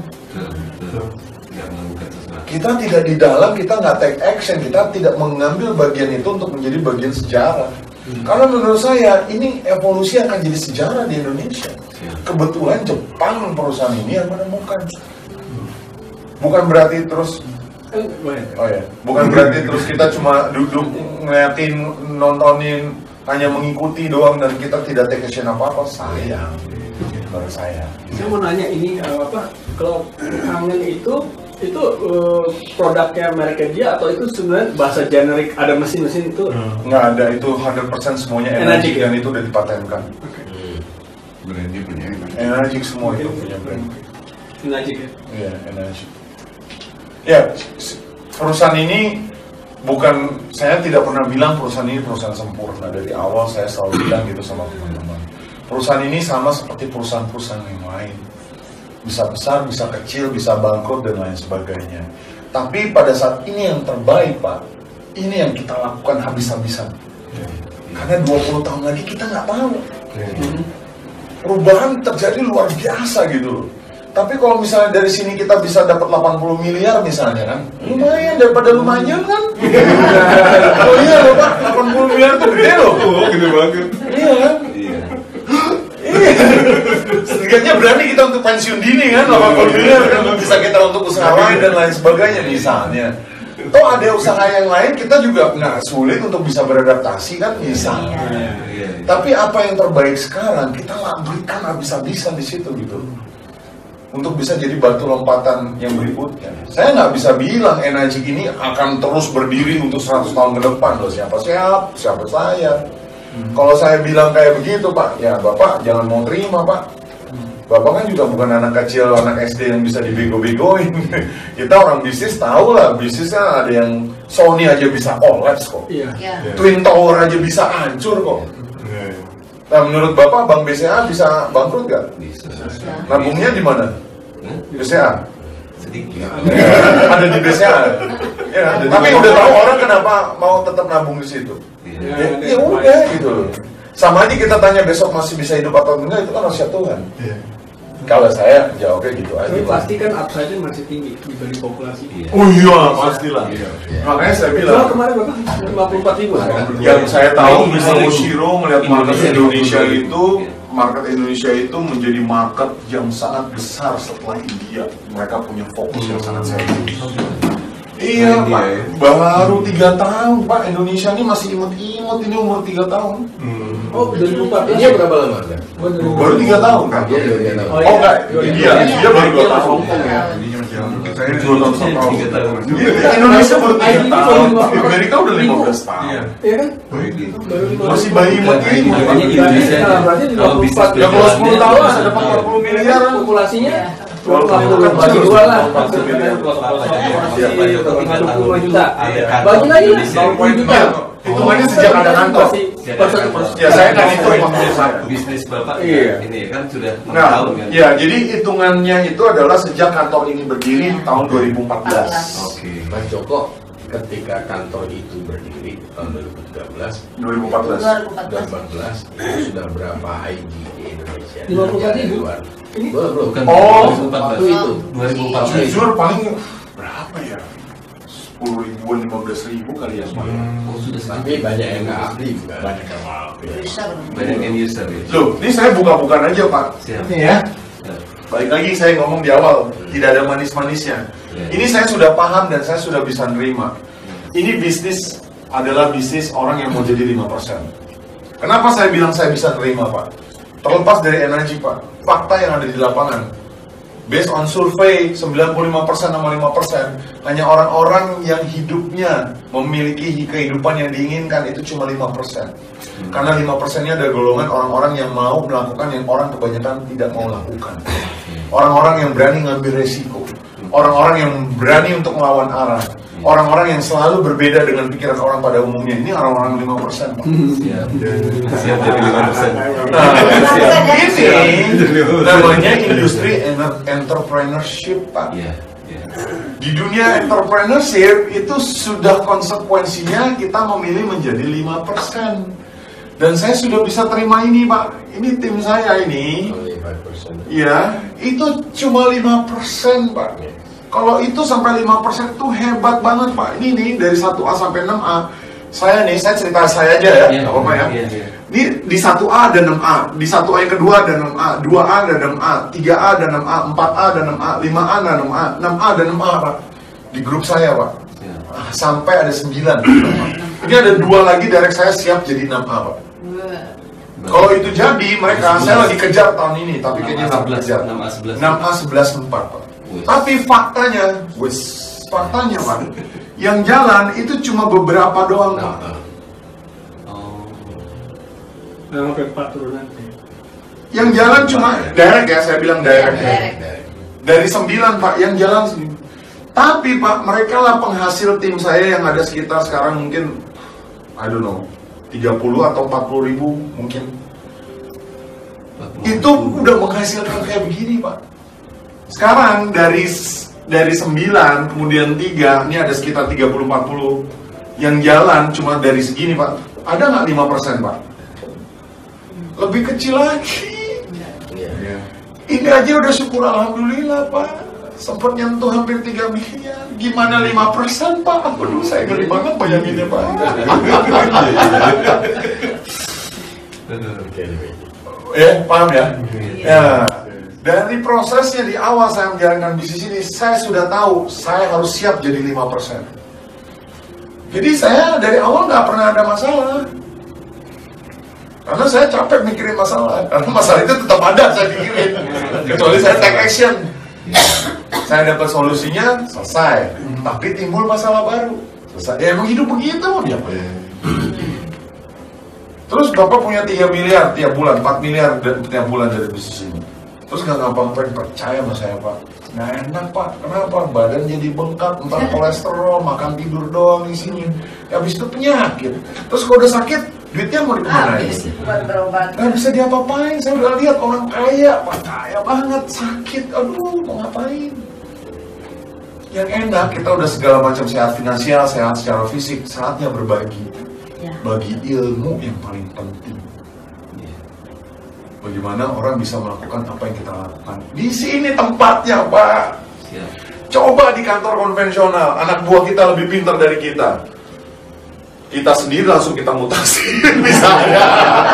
Kita tidak di dalam, kita nggak take action, kita tidak mengambil bagian itu untuk menjadi bagian sejarah. Karena menurut saya ini evolusi akan jadi sejarah di Indonesia. Kebetulan Jepang perusahaan ini yang menemukan. Bukan berarti terus Oh ya, bukan berarti terus kita cuma duduk ngeliatin, nontonin, hanya mengikuti doang dan kita tidak take action apa-apa. Sayang, menurut saya. Saya mau nanya ini kalau kangen itu produknya mereknya dia atau itu sebenarnya bahasa generik ada mesin-mesin itu? Nggak ada, itu 100% semuanya Energik dan itu udah dipatenkan. Brandnya punya Energik semua itu punya brand. Energik ya? Iya, Energik. Ya, perusahaan ini bukan, saya tidak pernah bilang perusahaan ini perusahaan sempurna. Dari awal saya selalu bilang gitu sama teman-teman. Perusahaan ini sama seperti perusahaan-perusahaan yang lain. Bisa besar, bisa kecil, bisa bangkrut dan lain sebagainya. Tapi pada saat ini yang terbaik, Pak, ini yang kita lakukan habis-habisan. Karena 20 tahun lagi kita nggak tahu. Perubahan terjadi luar biasa gitu loh. Tapi kalau misalnya dari sini kita bisa dapat 80 miliar misalnya kan, lumayan daripada lumayan kan. Oh iya loh Pak, 80 miliar itu gede loh. Oh, gede banget. Iya kan? Iya. Setidaknya berani kita untuk pensiun dini kan, 80 miliar kan, bisa kita untuk usaha lain dan lain sebagainya misalnya. Toh ada usaha yang lain kita juga nggak sulit untuk bisa beradaptasi kan misalnya. Tapi apa yang terbaik sekarang kita berikan habis-habisan di situ gitu. Untuk bisa jadi batu lompatan yang berikutnya. Saya nggak bisa bilang Energik ini akan terus berdiri untuk 100 tahun ke depan loh. Siapa saya. Kalau saya bilang kayak begitu Pak, ya Bapak jangan mau terima Pak. Bapak kan juga bukan anak kecil, anak SD yang bisa dibego-begoin. Kita orang bisnis tahu lah, bisnisnya ada yang Sony aja bisa collapse kok. Twin Tower aja bisa hancur kok. Nah menurut Bapak Bank BCA bisa bangkrut nggak? Bisa. Nabungnya di mana? BCA? Sedikit. Ada di BCA. Ya, tapi udah tahu orang kenapa mau tetap nabung di situ. Ya udah gitu loh. Sama aja kita tanya besok masih bisa hidup atau enggak, itu kan rahasia Tuhan. Kalau saya jawabnya gitu aja. Tapi pasti kan upside-nya masih tinggi dibanding populasi. Oh iya, pastilah. Makanya saya bilang. Soal kemarin Bapak 54.000. Yang saya tahu Mr. Mushiro melihat market Indonesia itu, market Indonesia itu menjadi market yang sangat besar setelah India. Mereka punya fokus yang sangat serius. Iya Pak, baru 3 tahun Pak, Indonesia ini masih imut-imut, ini umur 3 tahun. Oh, 2014 Dia berapa lama? Baru 3 tahun kan? Dia 2 tahun. Oh enggak, dia baru 2 tahun. Saya 2 tahun 3 tahun. Indonesia baru 3 tahun, Amerika udah 15 tahun. Iya kan? Masih bayi imut-imut. Makanya Indonesia berarti kalau bisnis Ya kalau 10 tahun ada 40 miliar. populasinya 20 bagi 2 lah. 40 juta. Bagi lagi lah, 20 juta. Hitungannya sejak ada kantor. Ya saya kan itu bisnis Bapak Iya. ini kan sudah 6 Nah, tahun kan. ya jadi hitungannya itu adalah sejak kantor ini berdiri tahun 2014. Oke. Mas Joko, ketika kantor itu berdiri tahun 2013, 2014. 2014 itu sudah berapa IG di Indonesia? 54.000? Ini Belum. Bukan Oh, 2014. waktu itu 2014. Jujur paling berapa ya? 10 ribuan, 15 ribu kali ya Pak. Oh, sudah Tapi banyak yang nggak aktif kan? Banyak yang aktif. banyak yang user ya. Loh, ini saya buka-bukaan aja Pak. Siap. Ini ya. Siap. Balik lagi saya ngomong di awal, tidak ada manis-manisnya. Ini saya sudah paham dan saya sudah bisa nerima. Ini bisnis adalah bisnis orang yang mau jadi 5%. Kenapa saya bilang saya bisa nerima Pak? Terlepas dari energi Pak, fakta yang ada di lapangan. Based on survei, 95% sama 5%, hanya orang-orang yang hidupnya memiliki kehidupan yang diinginkan itu cuma 5%. Karena 5%-nya ada golongan orang-orang yang mau melakukan yang orang kebanyakan tidak mau lakukan. Orang-orang yang berani ngambil resiko. Orang-orang yang berani untuk melawan arah. Orang-orang yang selalu berbeda dengan pikiran orang pada umumnya. Ini orang-orang 5% Pak. Siap. Siap jadi 5%. Nah, ini namanya industri entrepreneurship Pak. Iya. Iya. Di dunia entrepreneurship itu sudah konsekuensinya kita memilih menjadi 5%. Dan saya sudah bisa terima ini Pak. Ini tim saya ini. Only 5%. Ya, itu cuma 5% Pak. Kalau itu sampai 5% itu hebat banget Pak. Ini nih dari 1A sampai 6A. Saya cerita saya aja ya, nggak apa-apa ya. Ini di 1A ada 6A, di 1A yang kedua ada 6A, 2A ada 6A, 3A ada 6A, 4A ada 6A, 5A ada 6A, 6A ada 6A Pak. di grup saya Pak. Ya. Sampai ada 9. Ini ada 2 lagi direct saya siap jadi 6A Pak. Kalau itu jadi mereka, saya lagi kejar tahun ini, tapi kayaknya nggak kejar. 6A 11 4 Pak. Tapi faktanya Pak, yang jalan itu cuma beberapa doang Pak. Nah, sampai 4 turunan. Yang jalan cuma direct ya, saya bilang direct ya. Dari 9 Pak, yang jalan 9. Tapi Pak, mereka lah penghasil tim saya yang ada sekitar sekarang mungkin, I don't know, 30 atau 40 ribu mungkin. Itu udah menghasilkan kayak begini Pak. Sekarang dari 9, kemudian 3, ini ada sekitar 30-40. Yang jalan cuma dari segini Pak. Ada nggak 5% Pak? Lebih kecil lagi. Ini aja udah syukur alhamdulillah Pak. Sempat nyentuh hampir 3 miliar. Gimana 5% Pak? Aduh, saya geli banget bayanginnya Pak. Paham ya? Ya. Dari prosesnya di awal saya menjalankan bisnis ini, saya sudah tahu saya harus siap jadi 5%. Jadi saya dari awal nggak pernah ada masalah. Karena saya capek mikirin masalah. Karena masalah itu tetap ada saya pikirin. Kecuali saya take action. Saya dapat solusinya, selesai. Tapi timbul masalah baru. Selesai. Ya emang hidup begitu ya. Terus Bapak punya 3 miliar tiap bulan, 4 miliar tiap bulan dari bisnis ini. Terus nggak gampang percaya sama saya Pak. Nggak enak Pak, kenapa? Badan jadi bengkak, entar kolesterol, makan tidur doang isinya. Habis itu penyakit. Terus kalau udah sakit, duitnya mau dikemanain? Nggak bisa diapa-apain, saya udah lihat orang kaya, Pak, kaya banget, sakit, aduh mau ngapain? Yang enak, kita udah segala macam sehat finansial, sehat secara fisik, saatnya berbagi. Bagi ilmu yang paling penting. Bagaimana orang bisa melakukan apa yang kita lakukan. Di sini tempatnya Pak. Coba di kantor konvensional, anak buah kita lebih pintar dari kita. Kita sendiri langsung kita mutasi misalnya.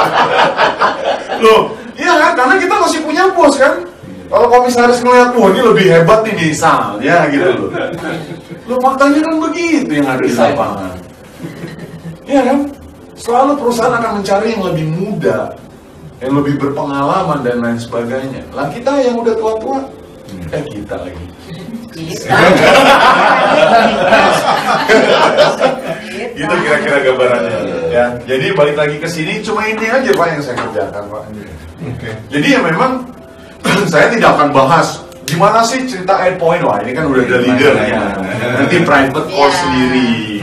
Loh, iya kan? Karena kita masih punya bos kan. Kalau komisaris ngeliat, wah ini lebih hebat nih misalnya gitu loh. Loh faktanya kan begitu yang ada di lapangan. Iya kan? Selalu perusahaan akan mencari yang lebih muda, yang lebih berpengalaman dan lain sebagainya. Lah kita yang udah tua-tua, kita lagi. Gitu kira-kira gambarannya. Ya, jadi balik lagi ke sini, cuma ini aja Pak yang saya kerjakan Pak. Jadi ya memang saya tidak akan bahas gimana sih cerita endpoint. Wah ini kan udah ada leadernya. Nanti private course sendiri.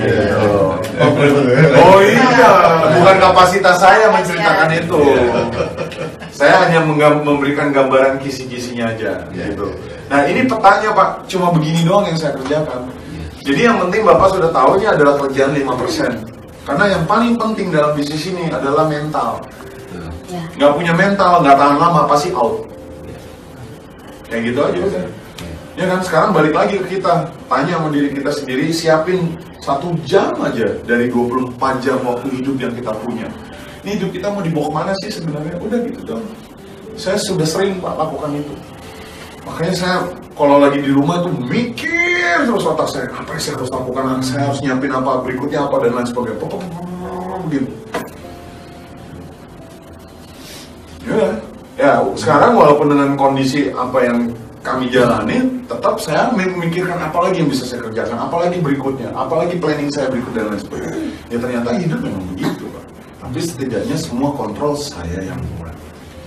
Oh iya, bukan kapasitas saya menceritakan itu. Saya hanya memberikan gambaran kisi-kisinya aja gitu. Nah ini petanya Pak, cuma begini doang yang saya kerjakan. Jadi yang penting Bapak sudah tahu ini adalah kerjaan 5%. Karena yang paling penting dalam bisnis ini adalah mental. Nggak punya mental, nggak tahan lama, pasti out. Kayak gitu aja udah. Ya kan, sekarang balik lagi ke kita. Tanya sama diri kita sendiri, siapin 1 jam aja dari 24 jam waktu hidup yang kita punya. Ini hidup kita mau dibawa kemana sih sebenarnya? Udah gitu dong. Saya sudah sering Pak lakukan itu. Makanya saya kalau lagi di rumah tuh mikir terus otak saya, apa yang saya harus lakukan, saya harus nyiapin apa, berikutnya apa, dan lain sebagainya. Gitu. Ya, sekarang walaupun dengan kondisi apa yang kami jalani, tetap saya memikirkan apa lagi yang bisa saya kerjakan, apa lagi berikutnya, apa lagi planning saya berikut dan lain sebagainya. Ya ternyata hidup memang begitu Pak. Tapi setidaknya semua kontrol saya yang buat.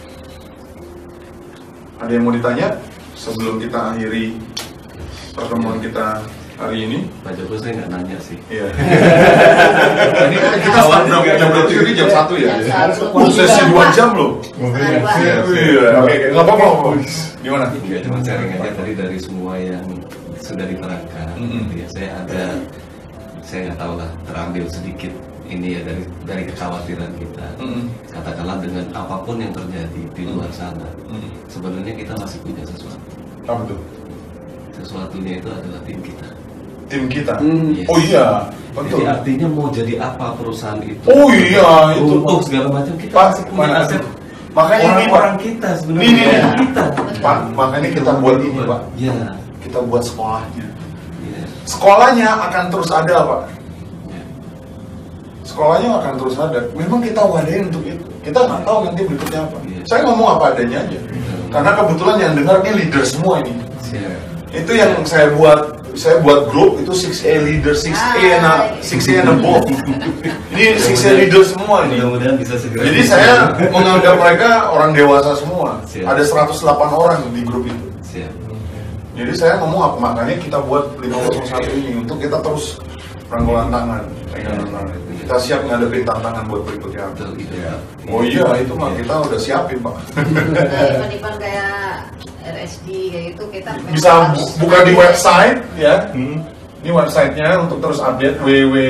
Ada yang mau ditanya sebelum kita akhiri pertemuan kita hari ini? Pak Joko saya nggak nanya sih. Iya. Ini kita start jam berapa sih? Jam 1 ya? Sesi 2 jam loh. Iya. Oke, nggak apa-apa. Gimana? Ya, cuma sharing aja tadi dari semua yang sudah diterangkan. Ya, saya nggak tahu lah, terambil sedikit ini ya dari kekhawatiran kita. Katakanlah dengan apapun yang terjadi di luar sana, sebenarnya kita masih punya sesuatu. Apa tuh? Sesuatunya itu adalah tim kita. Tim kita? Yes. Oh iya, betul. Jadi artinya mau jadi apa perusahaan itu? Oh iya, itu untuk segala macam kita Pak, masih punya aset. Makanya orang-orang kita sebenarnya. Ini kita. Pak, makanya kita buat ini Pak. Ya. Kita buat sekolahnya. Sekolahnya akan terus ada, Pak. Sekolahnya akan terus ada. Memang kita wadahin untuk itu. Kita nggak tahu nanti berikutnya apa. Saya ngomong apa adanya aja. Karena kebetulan yang dengar ini leader semua ini. Itu yang saya buat grup itu 6A leader, 6A and above. Ini 6A leader semua ini. Mudah-mudahan bisa segera. Jadi saya menganggap mereka orang dewasa semua. Ada 108 orang di grup itu. Jadi saya ngomong apa, makanya kita buat 501 ini untuk kita terus rangkulan tangan, kita siap ngadepin tantangan buat berikutnya. Oh iya, itu mah kita udah siapin, Pak. Event-event kayak RSD kayak gitu kita Bisa buka di website ya. Ini websitenya untuk terus update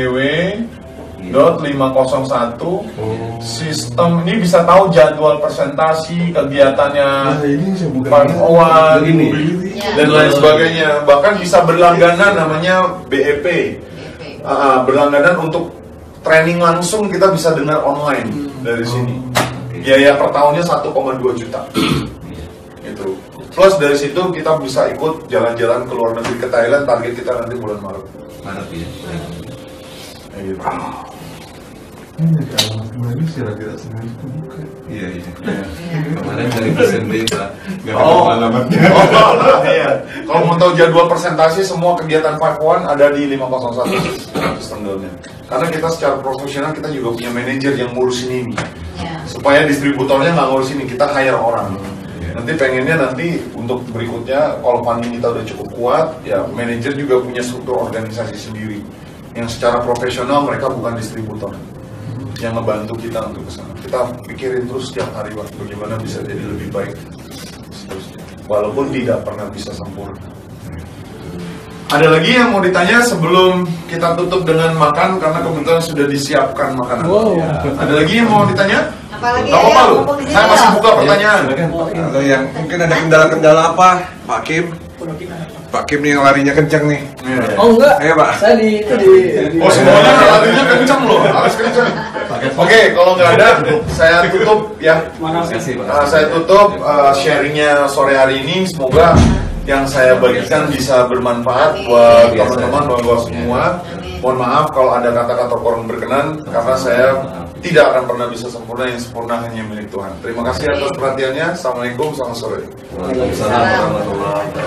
www.501 sistem. Ini bisa tahu jadwal presentasi, kegiatannya, Pan-Owan dan lain sebagainya. Bahkan bisa berlangganan namanya BEP. Berlangganan untuk training langsung kita bisa dengar online dari sini. Biaya per tahunnya 1,2 juta. Itu. Plus dari situ kita bisa ikut jalan-jalan ke luar negeri, ke Thailand. Target kita nanti bulan Maret. Ya. Gitu. Ini di alamat kemarin secara tidak sengaja kebuka. Iya. Kemarin dari presentasi Pak. Nggak ada alamatnya. Iya. Kalau mau tahu jadwal presentasi semua kegiatan 5-1 ada di 501 tanggalnya. Karena kita secara profesional kita juga punya manajer yang ngurusin ini. Supaya distributornya nggak ngurus ini, kita hire orang. Nanti pengennya untuk berikutnya kalau funding kita udah cukup kuat, ya manajer juga punya struktur organisasi sendiri. Yang secara profesional mereka bukan distributor yang ngebantu kita untuk kesana. Kita pikirin terus setiap hari bagaimana bisa jadi lebih baik. Walaupun tidak pernah bisa sempurna. Ada lagi yang mau ditanya sebelum kita tutup dengan makan karena kebetulan sudah disiapkan makanan. Ada lagi yang mau ditanya? Apalagi Gak apa-apa lu, saya masih buka pertanyaan. Atau yang mungkin ada kendala-kendala apa, Pak Kim? Pak Kim nih yang larinya kenceng nih. Oh enggak, Ayo Pak. saya di Oh semuanya larinya kenceng loh, harus kenceng. Oke, kalau nggak ada, saya tutup ya. Saya tutup sharingnya sore hari ini. Semoga yang saya bagikan bisa bermanfaat buat teman-teman, buat semua. Mohon maaf kalau ada kata-kata kurang berkenan karena saya tidak akan pernah bisa sempurna, yang sempurna hanya milik Tuhan. Terima kasih atas perhatiannya. Assalamualaikum, selamat sore. Waalaikumsalam warahmatullahi wabarakatuh.